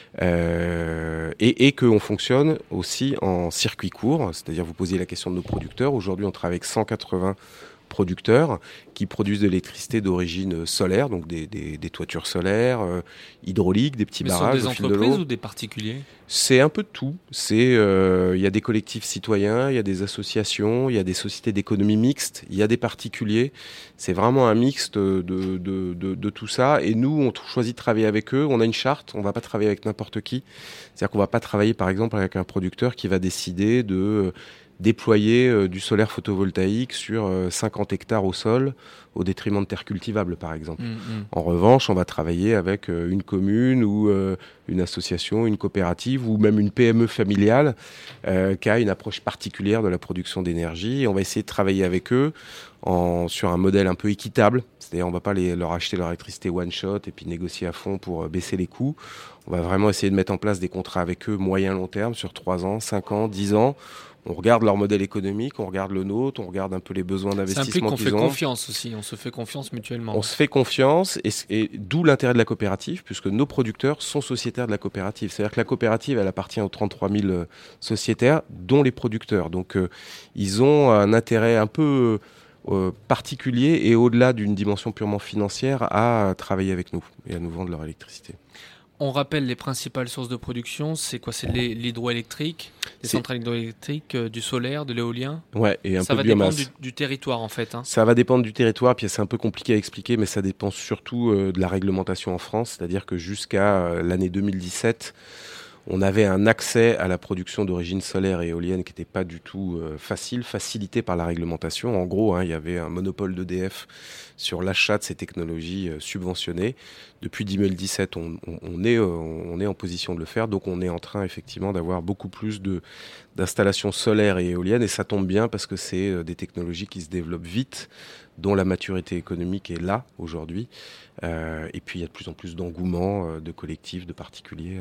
et qu'on fonctionne aussi en circuit court. C'est-à-dire, vous posiez la question de nos producteurs. Aujourd'hui, on travaille avec 180 producteurs qui produisent de l'électricité d'origine solaire, donc des toitures solaires, hydrauliques, des petits barrages au fil de l'eau. Des entreprises ou des particuliers? C'est un peu de tout. Il y a des collectifs citoyens, il y a des associations, il y a des sociétés d'économie mixte, il y a des particuliers. C'est vraiment un mixte de tout ça. Et nous, on choisit de travailler avec eux. On a une charte, on ne va pas travailler avec n'importe qui. C'est-à-dire qu'on ne va pas travailler, par exemple, avec un producteur qui va décider de déployer du solaire photovoltaïque sur 50 hectares au sol au détriment de terres cultivables, par exemple. En revanche, on va travailler avec une commune ou une association, une coopérative ou même une PME familiale qui a une approche particulière de la production d'énergie. Et on va essayer de travailler avec eux sur un modèle un peu équitable. C'est-à-dire, on ne va pas leur acheter leur électricité one shot et puis négocier à fond pour baisser les coûts. On va vraiment essayer de mettre en place des contrats avec eux moyen-long terme sur 3 ans, 5 ans, 10 ans. On regarde leur modèle économique, on regarde le nôtre, on regarde un peu les besoins d'investissement qu'ils ont. Ça implique qu'on fait confiance aussi, on se fait confiance mutuellement. On se fait confiance et d'où l'intérêt de la coopérative, puisque nos producteurs sont sociétaires de la coopérative. C'est-à-dire que la coopérative, elle appartient aux 33 000 sociétaires, dont les producteurs. Donc ils ont un intérêt un peu particulier et au-delà d'une dimension purement financière à travailler avec nous et à nous vendre leur électricité. On rappelle les principales sources de production, c'est quoi? C'est l'hydroélectrique, les centrales hydroélectriques, du solaire, de l'éolien? Ouais, et un ça peu de biomasse. biomasse. Ça va dépendre du territoire en fait. Ça va dépendre du territoire, puis c'est un peu compliqué à expliquer, mais ça dépend surtout de la réglementation en France, c'est-à-dire que jusqu'à l'année 2017, on avait un accès à la production d'origine solaire et éolienne qui n'était pas du tout facilité par la réglementation. En gros, il y avait un monopole d'EDF sur l'achat de ces technologies subventionnées. Depuis 2017, on est en position de le faire, donc on est en train effectivement d'avoir beaucoup plus d'installations solaires et éoliennes, et ça tombe bien parce que c'est des technologies qui se développent vite, dont la maturité économique est là aujourd'hui. Et puis il y a de plus en plus d'engouement de collectifs, de particuliers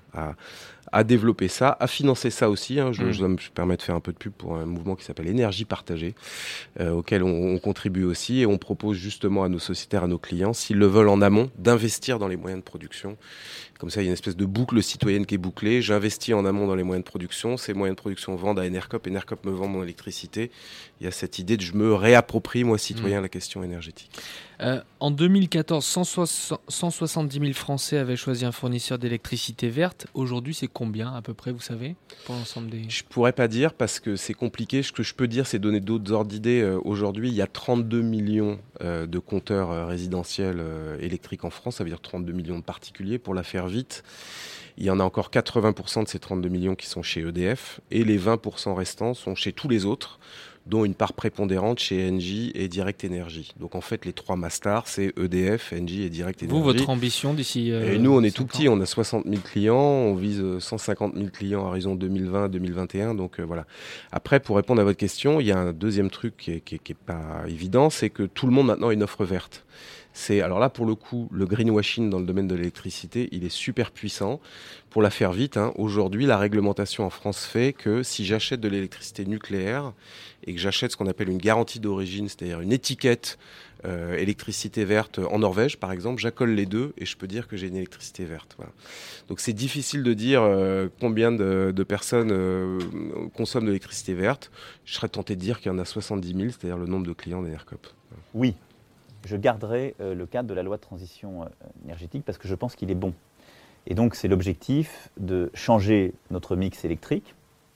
à développer ça, à financer ça aussi. Je me permets de faire un peu de pub pour un mouvement qui s'appelle Énergie Partagée, auquel on contribue aussi, et on propose justement à nos sociétaires, à nos clients, s'ils le veulent en amont, d'investir dans les moyens de production. Comme ça, il y a une espèce de boucle citoyenne qui est bouclée. J'investis en amont dans les moyens de production. Ces moyens de production vendent à Enercop. Enercop me vend mon électricité. Il y a cette idée de je me réapproprie, moi, citoyen, la question énergétique. En 2014, 170 000 Français avaient choisi un fournisseur d'électricité verte. Aujourd'hui, c'est combien à peu près, vous savez, pour l'ensemble des... Je pourrais pas dire parce que c'est compliqué. Ce que je peux dire, c'est donner d'autres ordres d'idées. Aujourd'hui, il y a 32 millions de compteurs résidentiels électriques en France. Ça veut dire 32 millions de particuliers. Pour la faire vite, il y en a encore 80% de ces 32 millions qui sont chez EDF et les 20% restants sont chez tous les autres, dont une part prépondérante chez Engie et Direct Energy. Donc en fait, les 3 masters, c'est EDF, Engie et Direct Energy. Vous, votre ambition d'ici et nous, on est tout petit, on a 60 000 clients, on vise 150 000 clients à horizon 2020-2021, donc voilà. Après, pour répondre à votre question, il y a un deuxième truc qui est pas évident, c'est que tout le monde maintenant a une offre verte. Alors là, pour le coup, le greenwashing dans le domaine de l'électricité, il est super puissant. Pour la faire vite, aujourd'hui, la réglementation en France fait que si j'achète de l'électricité nucléaire et que j'achète ce qu'on appelle une garantie d'origine, c'est-à-dire une étiquette électricité verte en Norvège, par exemple, j'accole les deux et je peux dire que j'ai une électricité verte. Voilà. Donc c'est difficile de dire combien de personnes consomment de l'électricité verte. Je serais tenté de dire qu'il y en a 70 000, c'est-à-dire le nombre de clients d'Enercop. Oui, je garderai le cadre de la loi de transition énergétique parce que je pense qu'il est bon. Et donc c'est l'objectif de changer notre mix électrique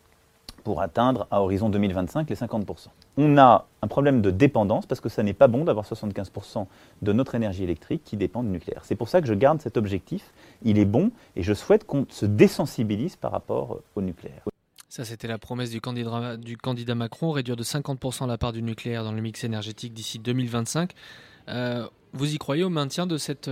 pour atteindre à horizon 2025 les 50%. On a un problème de dépendance parce que ça n'est pas bon d'avoir 75% de notre énergie électrique qui dépend du nucléaire. C'est pour ça que je garde cet objectif, il est bon et je souhaite qu'on se désensibilise par rapport au nucléaire. Ça, c'était la promesse du candidat Macron, réduire de 50% la part du nucléaire dans le mix énergétique d'ici 2025. Vous y croyez au maintien de cette...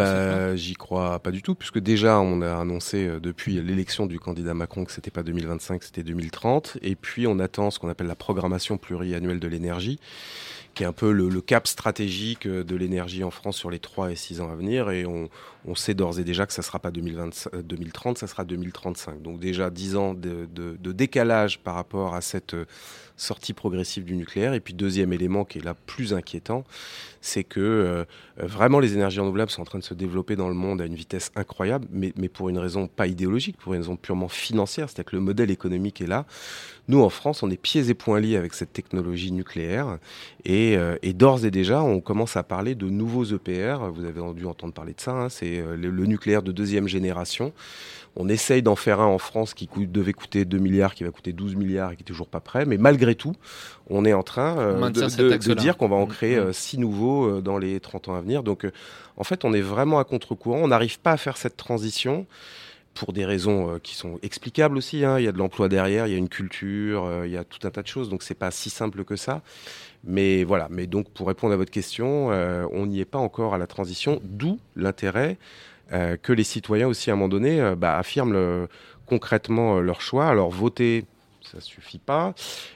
J'y crois pas du tout, puisque déjà on a annoncé depuis l'élection du candidat Macron que c'était pas 2025, c'était 2030. Et puis on attend ce qu'on appelle la programmation pluriannuelle de l'énergie, qui est un peu le cap stratégique de l'énergie en France sur les 3 et 6 ans à venir. Et on sait d'ores et déjà que ça ne sera pas 2030, ça sera 2035. Donc déjà 10 ans de décalage par rapport à cette sortie progressive du nucléaire. Et puis deuxième élément qui est là plus inquiétant, c'est que vraiment les énergies renouvelables sont en train de se développer dans le monde à une vitesse incroyable, mais pour une raison pas idéologique, pour une raison purement financière. C'est-à-dire que le modèle économique est là. Nous, en France, on est pieds et poings liés avec cette technologie nucléaire. Et d'ores et déjà, on commence à parler de nouveaux EPR. Vous avez dû entendre parler de ça. C'est le nucléaire de deuxième génération. On essaye d'en faire un en France qui devait coûter 2 milliards, qui va coûter 12 milliards et qui n'est toujours pas prêt. Mais malgré tout, on est en train de dire qu'on va en créer 6 nouveaux dans les 30 ans à venir. Donc, en fait, on est vraiment à contre-courant. On n'arrive pas à faire cette transition pour des raisons qui sont explicables aussi. Il y a de l'emploi derrière, il y a une culture, il y a tout un tas de choses. Donc, c'est pas si simple que ça. Mais voilà. Mais donc, pour répondre à votre question, on n'y est pas encore à la transition. D'où l'intérêt que les citoyens aussi, à un moment donné, affirment concrètement leur choix. Alors, voter, ça suffit pas.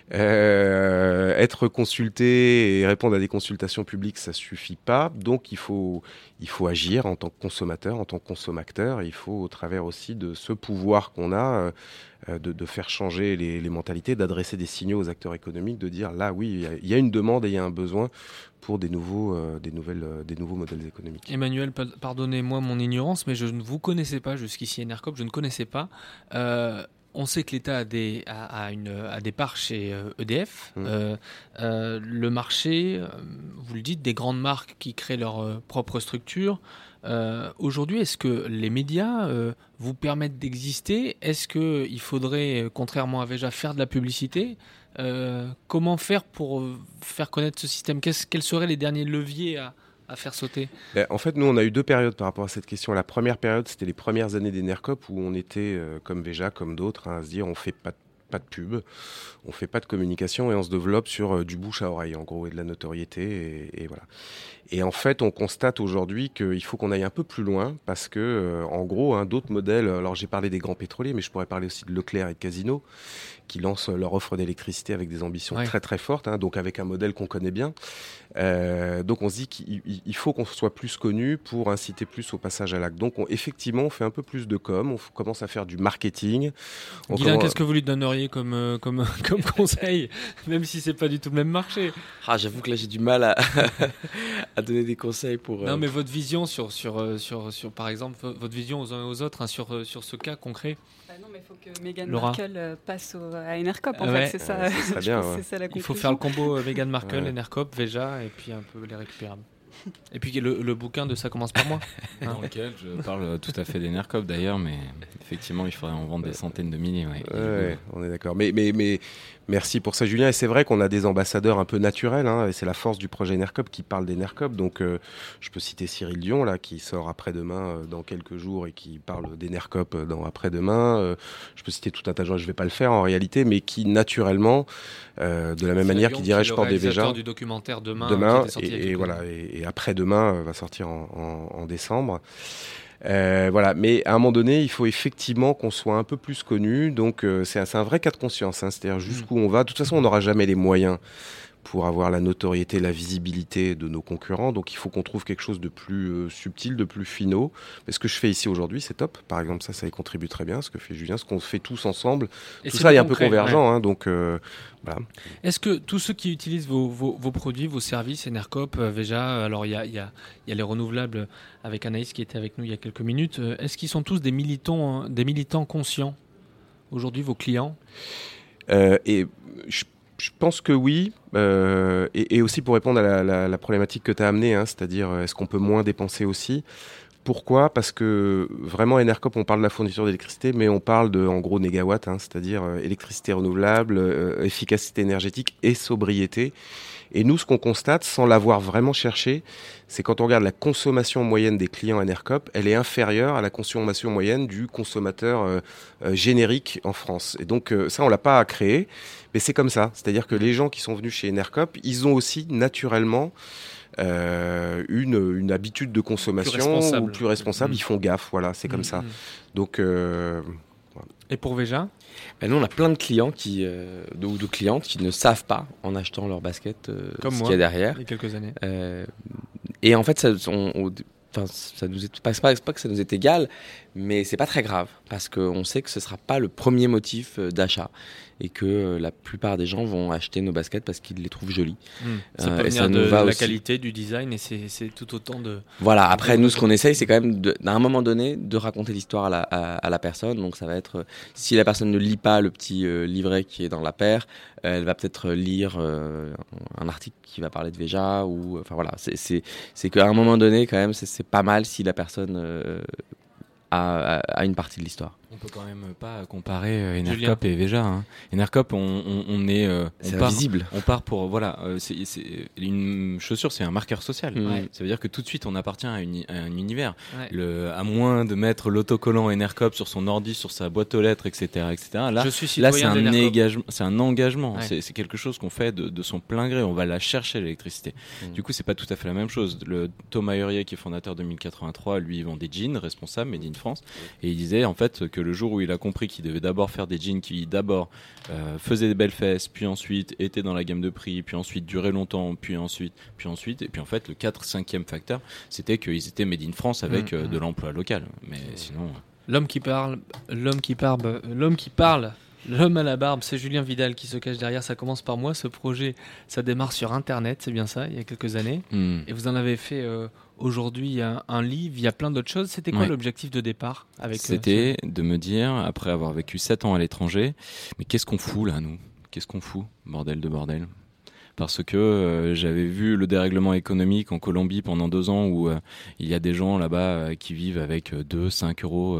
Être consulté et répondre à des consultations publiques, ça suffit pas. Donc, il faut agir en tant que consommateur, en tant que consommateur. Il faut, au travers aussi de ce pouvoir qu'on a, de faire changer les mentalités, d'adresser des signaux aux acteurs économiques, de dire là, oui, il y a une demande et il y a un besoin pour des nouveaux modèles économiques. Emmanuel, pardonnez-moi mon ignorance, mais je ne vous connaissais pas jusqu'ici, Enercop, je ne connaissais pas. On sait que l'État a des parts chez EDF. Le marché, vous le dites, des grandes marques qui créent leur propre structure. Aujourd'hui, est-ce que les médias vous permettent d'exister ? Est-ce qu'il faudrait, contrairement à Veja, faire de la publicité ? Comment faire pour faire connaître ce système ? Quels seraient les derniers leviers à faire sauter ? En fait, nous, on a eu 2 périodes par rapport à cette question. La première période, c'était les premières années d'Enercop où on était, comme Veja, comme d'autres, à se dire on fait pas de pub, on fait pas de communication et on se développe sur du bouche à oreille, en gros, et de la notoriété. Et voilà. Et en fait, on constate aujourd'hui qu'il faut qu'on aille un peu plus loin parce que, en gros, d'autres modèles, alors j'ai parlé des grands pétroliers, mais je pourrais parler aussi de Leclerc et de Casino, qui lancent leur offre d'électricité avec des ambitions très très fortes, donc avec un modèle qu'on connaît bien. Donc on se dit qu'il faut qu'on soit plus connu pour inciter plus au passage à l'acte. Donc effectivement, on fait un peu plus de com, on commence à faire du marketing. Guilain, qu'est-ce que vous lui donneriez comme conseil, même si c'est pas du tout le même marché ? J'avoue que là j'ai du mal à donner des conseils pour... Non, mais votre vision sur par exemple, votre vision aux uns et aux autres, sur ce cas concret. Non, mais il faut que Meghan Markle passe à Enercop, en fait, c'est ça. C'est ça la conclusion. Il faut faire le combo Meghan Markle, Enercop, Veja, et puis un peu les récupérables. Et puis le bouquin de Ça commence par moi. Dans lequel je parle tout à fait d'Enercop d'ailleurs, mais effectivement il faudrait en vendre des centaines de milliers. On est d'accord. Mais merci pour ça, Julien. Et c'est vrai qu'on a des ambassadeurs un peu naturels, et c'est la force du projet Enercop qui parle d'Enercop. Donc je peux citer Cyril Dion là, qui sort après-demain dans quelques jours et qui parle d'Enercop dans après-demain. Je peux citer tout un tas de gens, je ne vais pas le faire en réalité, mais qui naturellement, de la même manière qu'il dirait je porte des Veja. Du documentaire demain et voilà. Et après-demain va sortir en décembre. Voilà, mais à un moment donné, il faut effectivement qu'on soit un peu plus connu. Donc, c'est un vrai cas de conscience. C'est-à-dire jusqu'où on va. De toute façon, on n'aura jamais les moyens pour avoir la notoriété, la visibilité de nos concurrents. Donc il faut qu'on trouve quelque chose de plus subtil, de plus finaux. Mais ce que je fais ici aujourd'hui, c'est top. Par exemple, ça y contribue très bien, ce que fait Julien, ce qu'on fait tous ensemble. Et tout ça est un peu concret, convergent, ouais. hein, donc voilà. Est-ce que tous ceux qui utilisent vos produits, vos services, Enercop, Veja, alors il y a les renouvelables avec Anaïs qui était avec nous il y a quelques minutes, est-ce qu'ils sont tous des militants conscients aujourd'hui, vos clients ? Et je pense que oui, et aussi pour répondre à la problématique que tu as amenée, hein, c'est-à-dire est-ce qu'on peut moins dépenser aussi ? Pourquoi ? Parce que vraiment, Enercop, on parle de la fourniture d'électricité, mais on parle de, en gros, négawatts, hein, c'est-à-dire électricité renouvelable, efficacité énergétique et sobriété. Et nous, ce qu'on constate, sans l'avoir vraiment cherché, c'est quand on regarde la consommation moyenne des clients Enercop, elle est inférieure à la consommation moyenne du consommateur générique en France. Et donc ça, on l'a pas créé, mais c'est comme ça. C'est-à-dire que les gens qui sont venus chez Enercop, ils ont aussi naturellement une habitude de consommation plus responsable. Ils font gaffe, voilà, c'est comme ça. Donc voilà. Et pour Veja ? Nous, on a plein de clients ou de clientes qui ne savent pas, en achetant leur basket, comme ce moi, qu'il y a derrière. Il y a quelques années. Et en fait, ça nous est pas que ça nous est égal, mais c'est pas très grave parce qu'on sait que ce sera pas le premier motif d'achat et que la plupart des gens vont acheter nos baskets parce qu'ils les trouvent jolies. Ça peut venir de la qualité, du design, et c'est tout autant de... Voilà, après nous ce qu'on essaye c'est quand même à un moment donné de raconter l'histoire à la personne. Donc ça va être, si la personne ne lit pas le petit livret qui est dans la paire, elle va peut-être lire un article qui va parler de Veja, ou enfin voilà, c'est qu'à un moment donné quand même c'est pas mal si la personne à une partie de l'histoire. On peut quand même pas comparer Enercop et Veja. Hein. Enercop, on est visible. On part pour voilà. C'est une chaussure, c'est un marqueur social. Ouais. Ça veut dire que tout de suite, on appartient à un univers. Ouais. À moins de mettre l'autocollant Enercop sur son ordi, sur sa boîte aux lettres, etc. Là, je suis citoyen d'Enercop. C'est un engagement. Ouais. C'est quelque chose qu'on fait de son plein gré. On va la chercher, l'électricité. Du coup, c'est pas tout à fait la même chose. Le Thomas Hurier, qui est fondateur de 1083, lui, il vend des jeans responsables, made in France, et il disait en fait que le jour où il a compris qu'il devait d'abord faire des jeans qui d'abord faisaient des belles fesses, puis ensuite étaient dans la gamme de prix, puis ensuite duraient longtemps, puis ensuite, et puis en fait le 4-5e facteur, c'était qu'ils étaient made in France avec de l'emploi local. Mais sinon... L'homme qui parle, l'homme à la barbe, c'est Julien Vidal qui se cache derrière. Ça commence par moi, ce projet, ça démarre sur Internet, c'est bien ça, il y a quelques années. Et vous en avez fait aujourd'hui un livre, il y a plein d'autres choses. C'était quoi l'objectif de départ avec C'était de me dire, après avoir vécu 7 ans à l'étranger, mais qu'est-ce qu'on fout là, nous ? Qu'est-ce qu'on fout ? Bordel de bordel. Parce que j'avais vu le dérèglement économique en Colombie pendant 2 ans où il y a des gens là-bas qui vivent avec 2-5 euros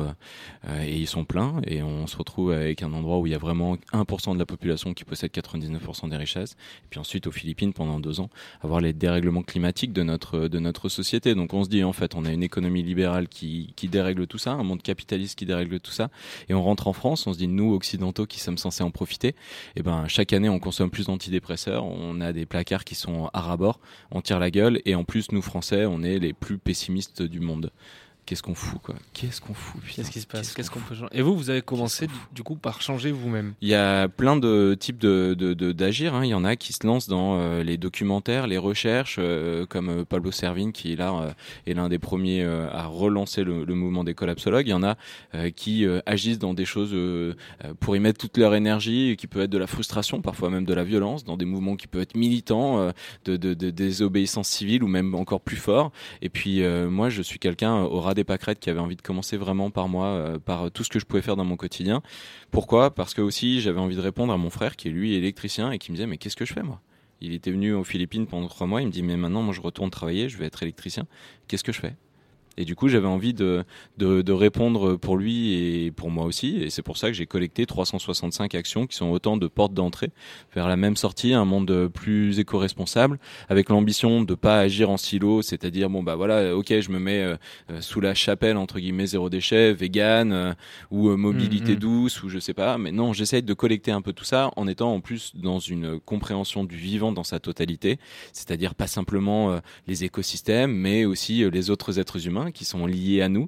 et ils sont pleins, et on se retrouve avec un endroit où il y a vraiment 1% de la population qui possède 99% des richesses. Et puis ensuite aux Philippines pendant 2 ans, avoir les dérèglements climatiques de notre société. Donc on se dit en fait on a une économie libérale qui dérègle tout ça, un monde capitaliste qui dérègle tout ça, et on rentre en France, on se dit nous occidentaux qui sommes censés en profiter, et ben chaque année on consomme plus d'antidépresseurs, on a des placards qui sont à ras-bord, on tire la gueule, et en plus nous Français on est les plus pessimistes du monde. Qu'est-ce qu'on fout, quoi ? Qu'est-ce qu'on fout ? Qu'est-ce qui se passe ? Qu'est-ce qu'on peut changer ? Et vous avez commencé du coup par changer vous-même ? Il y a plein de types d'agir. Hein. Il y en a qui se lancent dans les documentaires, les recherches, comme Pablo Servigne qui là est l'un des premiers à relancer le mouvement des collapsologues. Il y en a qui agissent dans des choses pour y mettre toute leur énergie, qui peut être de la frustration, parfois même de la violence, dans des mouvements qui peuvent être militants, de désobéissance civile ou même encore plus fort. Et puis moi, je suis quelqu'un au ras des pâquerettes qui avait envie de commencer vraiment par moi, par tout ce que je pouvais faire dans mon quotidien. Pourquoi ? Parce que aussi j'avais envie de répondre à mon frère qui est lui électricien et qui me disait mais qu'est-ce que je fais moi ? Il était venu aux Philippines pendant 3 mois, il me dit mais maintenant moi je retourne travailler, je vais être électricien, qu'est-ce que je fais ? Et du coup, j'avais envie de répondre pour lui et pour moi aussi. Et c'est pour ça que j'ai collecté 365 actions qui sont autant de portes d'entrée vers la même sortie, un monde plus éco-responsable, avec l'ambition de pas agir en silo, c'est-à-dire, bon, bah voilà, ok, je me mets sous la chapelle, entre guillemets, zéro déchet, vegan, ou mobilité douce, ou je sais pas. Mais non, j'essaye de collecter un peu tout ça en étant en plus dans une compréhension du vivant dans sa totalité, c'est-à-dire pas simplement les écosystèmes, mais aussi les autres êtres humains. humains qui sont liés à nous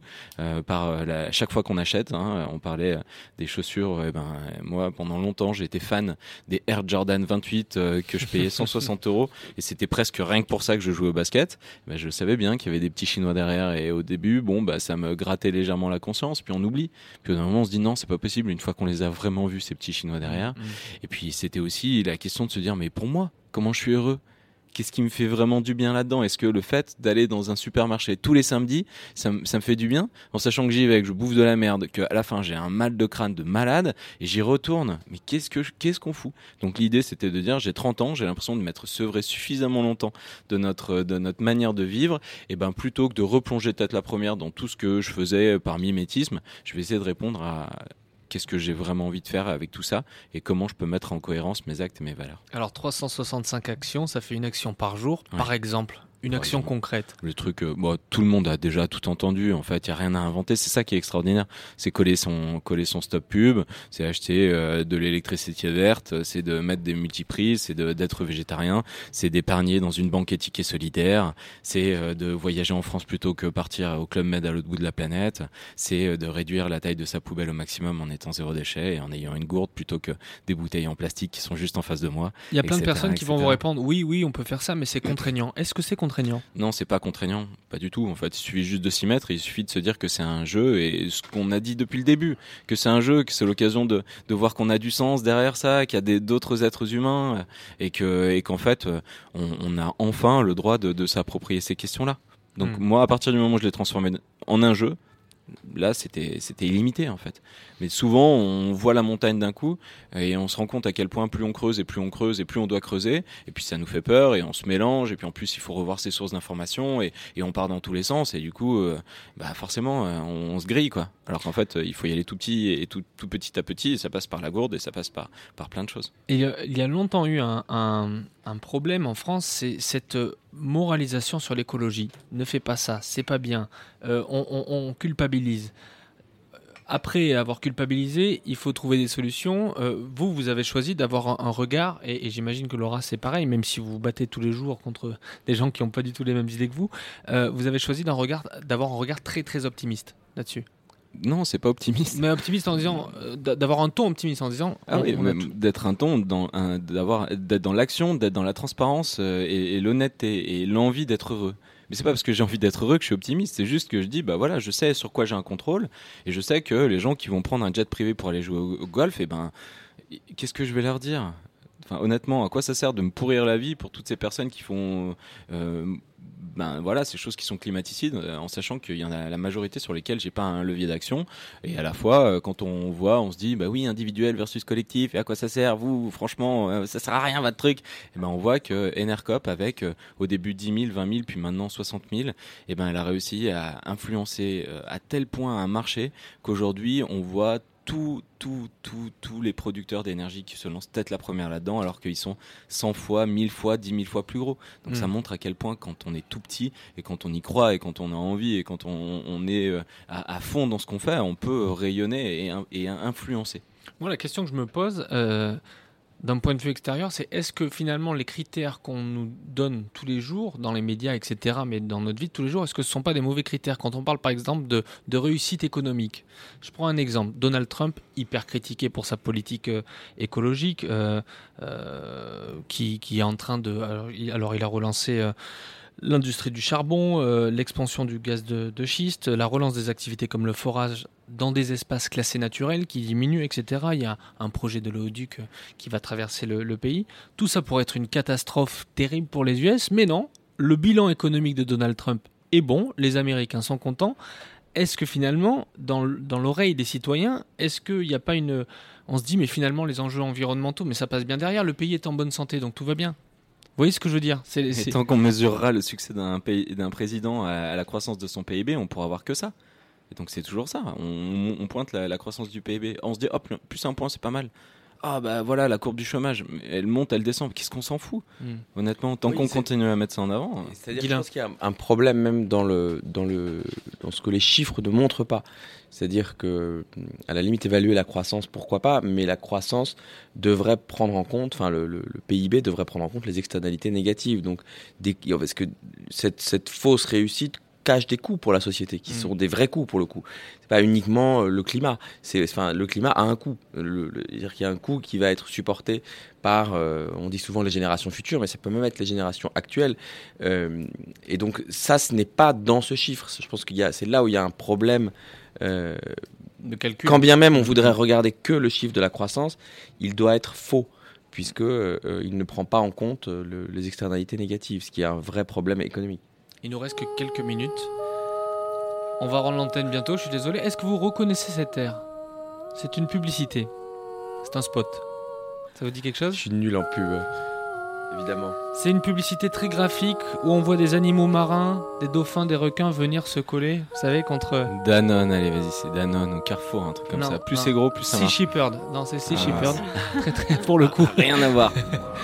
chaque fois qu'on achète. On parlait des chaussures. Moi, pendant longtemps, j'ai été fan des Air Jordan 28 que je payais 160 €, et c'était presque rien que pour ça que je jouais au basket. Je savais bien qu'il y avait des petits Chinois derrière, et au début, ça me grattait légèrement la conscience. Puis on oublie. Puis au moment, on se dit non, c'est pas possible. Une fois qu'on les a vraiment vus, ces petits Chinois derrière. Et puis c'était aussi la question de se dire, mais pour moi, comment je suis heureux? Qu'est-ce qui me fait vraiment du bien là-dedans? Est-ce que le fait d'aller dans un supermarché tous les samedis, ça me fait du bien, en sachant que j'y vais, que je bouffe de la merde, qu'à la fin j'ai un mal de crâne de malade, et j'y retourne? Mais qu'est-ce qu'on fout? Donc l'idée, c'était de dire, j'ai 30 ans, j'ai l'impression de m'être sevré suffisamment longtemps de notre manière de vivre, et plutôt que de replonger tête la première dans tout ce que je faisais par mimétisme, je vais essayer de répondre à qu'est-ce que j'ai vraiment envie de faire avec tout ça, et comment je peux mettre en cohérence mes actes et mes valeurs. Alors 365 actions, ça fait une action par jour, par exemple. Une action concrète. Le truc, tout le monde a déjà tout entendu. En fait, il y a rien à inventer. C'est ça qui est extraordinaire. C'est coller son stop pub. C'est acheter de l'électricité verte. C'est de mettre des multiprises. C'est d'être végétarien. C'est d'épargner dans une banque éthique solidaire. C'est de voyager en France plutôt que partir au Club Med à l'autre bout de la planète. C'est de réduire la taille de sa poubelle au maximum en étant zéro déchet et en ayant une gourde plutôt que des bouteilles en plastique qui sont juste en face de moi. Il y a plein de personnes qui vont vous répondre oui, on peut faire ça, mais c'est contraignant. Est-ce que c'est contraignant? Non, c'est pas contraignant, pas du tout. En fait, il suffit juste de s'y mettre, il suffit de se dire que c'est un jeu, et ce qu'on a dit depuis le début, que c'est un jeu, que c'est l'occasion de voir qu'on a du sens derrière ça, qu'il y a d'autres êtres humains, et qu'en fait, on a enfin le droit de s'approprier ces questions-là. Donc moi, à partir du moment où je l'ai transformé en un jeu, là, c'était illimité en fait. Mais souvent, on voit la montagne d'un coup et on se rend compte à quel point plus on creuse et plus on doit creuser. Et puis ça nous fait peur et on se mélange. Et puis en plus, il faut revoir ses sources d'informations et on part dans tous les sens. Et du coup, forcément, on se grille quoi. Alors qu'en fait, il faut y aller tout petit et tout petit à petit. Et ça passe par la gourde et ça passe par plein de choses. Et il y a longtemps eu un problème en France, c'est cette moralisation sur l'écologie. Ne fais pas ça, c'est pas bien. On culpabilise. Après avoir culpabilisé, il faut trouver des solutions. Vous avez choisi d'avoir un regard, et j'imagine que Laura c'est pareil, même si vous vous battez tous les jours contre des gens qui n'ont pas du tout les mêmes idées que vous. Vous avez choisi d'avoir un regard très très optimiste là-dessus. Non, c'est pas optimiste. Mais optimiste en disant d'avoir un ton optimiste en disant d'être un ton d'être dans l'action, d'être dans la transparence et l'honnêteté et l'envie d'être heureux. Mais c'est pas parce que j'ai envie d'être heureux que je suis optimiste, c'est juste que je dis je sais sur quoi j'ai un contrôle et je sais que les gens qui vont prendre un jet privé pour aller jouer au golf, qu'est-ce que je vais leur dire? Enfin, honnêtement, à quoi ça sert de me pourrir la vie pour toutes ces personnes qui font ces choses qui sont climaticides, en sachant qu'il y en a la majorité sur lesquelles j'ai pas un levier d'action. Et à la fois, quand on voit, on se dit oui, individuel versus collectif, et à quoi ça sert? Vous, franchement, ça sert à rien votre truc. Et on voit que Enercop, avec au début 10 000, 20 000, puis maintenant 60 000, elle a réussi à influencer à tel point un marché qu'aujourd'hui on voit tous les producteurs d'énergie qui se lancent tête la première là-dedans, alors qu'ils sont 100 fois, 1000 fois, 10 000 fois plus gros. Donc ça montre à quel point, quand on est tout petit et quand on y croit et quand on a envie et quand on est à fond dans ce qu'on fait, on peut rayonner et influencer. Moi, la question que je me pose, d'un point de vue extérieur, c'est est-ce que finalement les critères qu'on nous donne tous les jours dans les médias, etc., mais dans notre vie de tous les jours, est-ce que ce ne sont pas des mauvais critères? Quand on parle par exemple de réussite économique, je prends un exemple, Donald Trump, hyper critiqué pour sa politique écologique, qui est en train de... Alors il a relancé... l'industrie du charbon, l'expansion du gaz de schiste, la relance des activités comme le forage dans des espaces classés naturels qui diminuent, etc. Il y a un projet de l'oléoduc qui va traverser le pays. Tout ça pourrait être une catastrophe terrible pour les US, mais non, le bilan économique de Donald Trump est bon, les Américains sont contents. Est-ce que finalement, dans l'oreille des citoyens, est-ce qu'il n'y a pas une... On se dit, mais finalement, les enjeux environnementaux, mais ça passe bien derrière, le pays est en bonne santé, donc tout va bien. Vous voyez ce que je veux dire? Et tant qu'on mesurera le succès d'un président à la croissance de son PIB, on pourra voir que ça. Et donc c'est toujours ça. On pointe la croissance du PIB. On se dit, hop, plus un point, c'est pas mal. Ah voilà, la courbe du chômage, elle monte, elle descend. Qu'est-ce qu'on s'en fout? Honnêtement, tant qu'on continue à mettre ça en avant. C'est-à-dire que je pense qu'il y a un problème même dans ce que les chiffres ne montrent pas. C'est-à-dire que, à la limite, évaluer la croissance, pourquoi pas, mais la croissance devrait prendre en compte, le PIB devrait prendre en compte les externalités négatives. Donc, parce que cette fausse réussite cache des coûts pour la société, qui sont des vrais coûts pour le coup. C'est pas uniquement le climat. Le climat a un coût. C'est-à-dire qu'il y a un coût qui va être supporté par, on dit souvent les générations futures, mais ça peut même être les générations actuelles. Et donc ça, ce n'est pas dans ce chiffre. Je pense c'est là où il y a un problème de calcul. Quand bien même on voudrait regarder que le chiffre de la croissance, il doit être faux, puisque il ne prend pas en compte les externalités négatives, ce qui est un vrai problème économique. Il nous reste que quelques minutes. On va rendre l'antenne bientôt, je suis désolé. Est-ce que vous reconnaissez cette air ? C'est une publicité. C'est un spot. Ça vous dit quelque chose ? Je suis nul en pub, évidemment. C'est une publicité très graphique où on voit des animaux marins, des dauphins, des requins venir se coller, vous savez, contre... Danone, allez vas-y, c'est Danone ou Carrefour, un truc comme ça. Plus c'est gros, plus ça marche. Sea Shepherd. Non, c'est Sea Shepherd. Très, pour le coup. Rien à voir.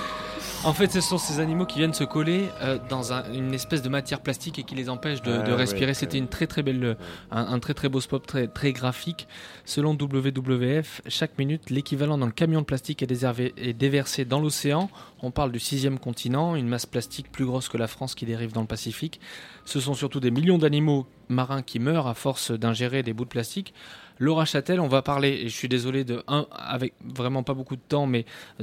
En fait, ce sont ces animaux qui viennent se coller dans une espèce de matière plastique et qui les empêche de respirer. Ouais, c'était une très très belle, un très très beau spot, très très graphique. Selon WWF, chaque minute, l'équivalent d'un camion de plastique est déversé dans l'océan. On parle du 6e continent, une masse plastique plus grosse que la France qui dérive dans le Pacifique. Ce sont surtout des millions d'animaux marins qui meurent à force d'ingérer des bouts de plastique. Laura Châtel, on va parler, et je suis désolé avec vraiment pas beaucoup de temps, mais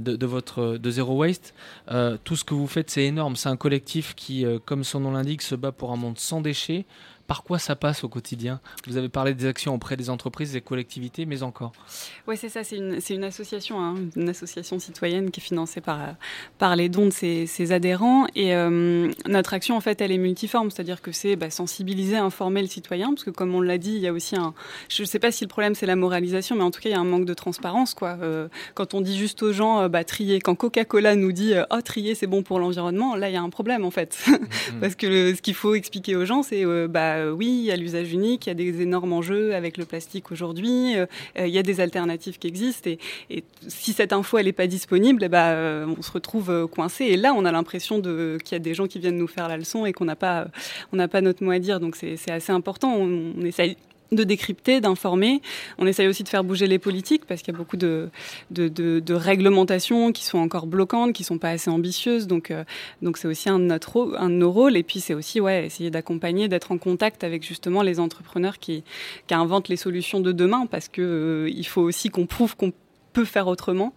de Zero Waste. Tout ce que vous faites, c'est énorme. C'est un collectif qui, comme son nom l'indique, se bat pour un monde sans déchets. Par quoi ça passe au quotidien ? Vous avez parlé des actions auprès des entreprises, des collectivités, mais encore. Oui, c'est ça. C'est une association, une association citoyenne qui est financée par les dons de ses adhérents. Et notre action, en fait, elle est multiforme. C'est-à-dire que c'est sensibiliser, informer le citoyen. Parce que, comme on l'a dit, il y a aussi je ne sais pas si le problème, c'est la moralisation, mais en tout cas, il y a un manque de transparence, quoi. Quand on dit juste aux gens, trier, quand Coca-Cola nous dit « trier, c'est bon pour l'environnement », là, il y a un problème, en fait. Parce que ce qu'il faut expliquer aux gens, c'est oui, il y a l'usage unique, il y a des énormes enjeux avec le plastique aujourd'hui, il y a des alternatives qui existent et si cette info elle n'est pas disponible, on se retrouve coincé et là on a l'impression qu'il y a des gens qui viennent nous faire la leçon et qu'on n'a pas notre mot à dire, donc c'est assez important, on essaye de décrypter, d'informer. On essaye aussi de faire bouger les politiques parce qu'il y a beaucoup de réglementations qui sont encore bloquantes, qui sont pas assez ambitieuses. Donc c'est aussi un de nos rôles. Et puis c'est aussi essayer d'accompagner, d'être en contact avec justement les entrepreneurs qui inventent les solutions de demain parce que il faut aussi qu'on prouve qu'on peut faire autrement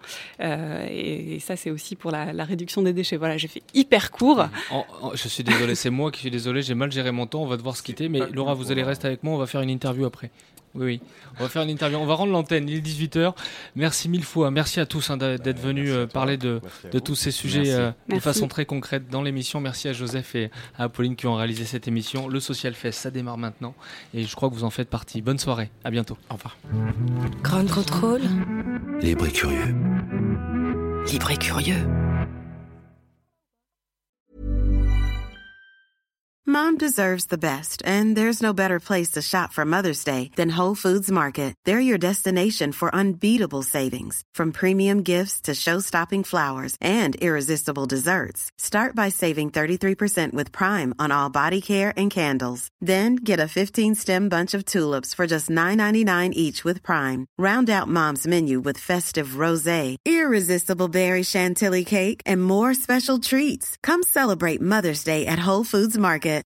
et ça c'est aussi pour la réduction des déchets. Voilà, j'ai fait hyper court. Je suis désolé, c'est moi qui suis désolé, j'ai mal géré mon temps, on va devoir se quitter, mais Laura, vous allez rester avec moi, on va faire une interview après. Oui, on va faire une interview, on va rendre l'antenne, il est 18h. Merci mille fois, merci à tous d'être venus parler de tous ces sujets de façon très concrète dans l'émission. Merci à Joseph et à Apolline qui ont réalisé cette émission. Le Social Fest, ça démarre maintenant et je crois que vous en faites partie. Bonne soirée, à bientôt. Au revoir. Grand contrôle. Libre et curieux. Libre et curieux. Mom deserves the best, and there's no better place to shop for Mother's Day than Whole Foods Market. They're your destination for unbeatable savings, from premium gifts to show-stopping flowers and irresistible desserts. Start by saving 33% with Prime on all body care and candles. Then get a 15-stem bunch of tulips for just $9.99 each with Prime. Round out Mom's menu with festive rosé, irresistible berry chantilly cake, and more special treats. Come celebrate Mother's Day at Whole Foods Market.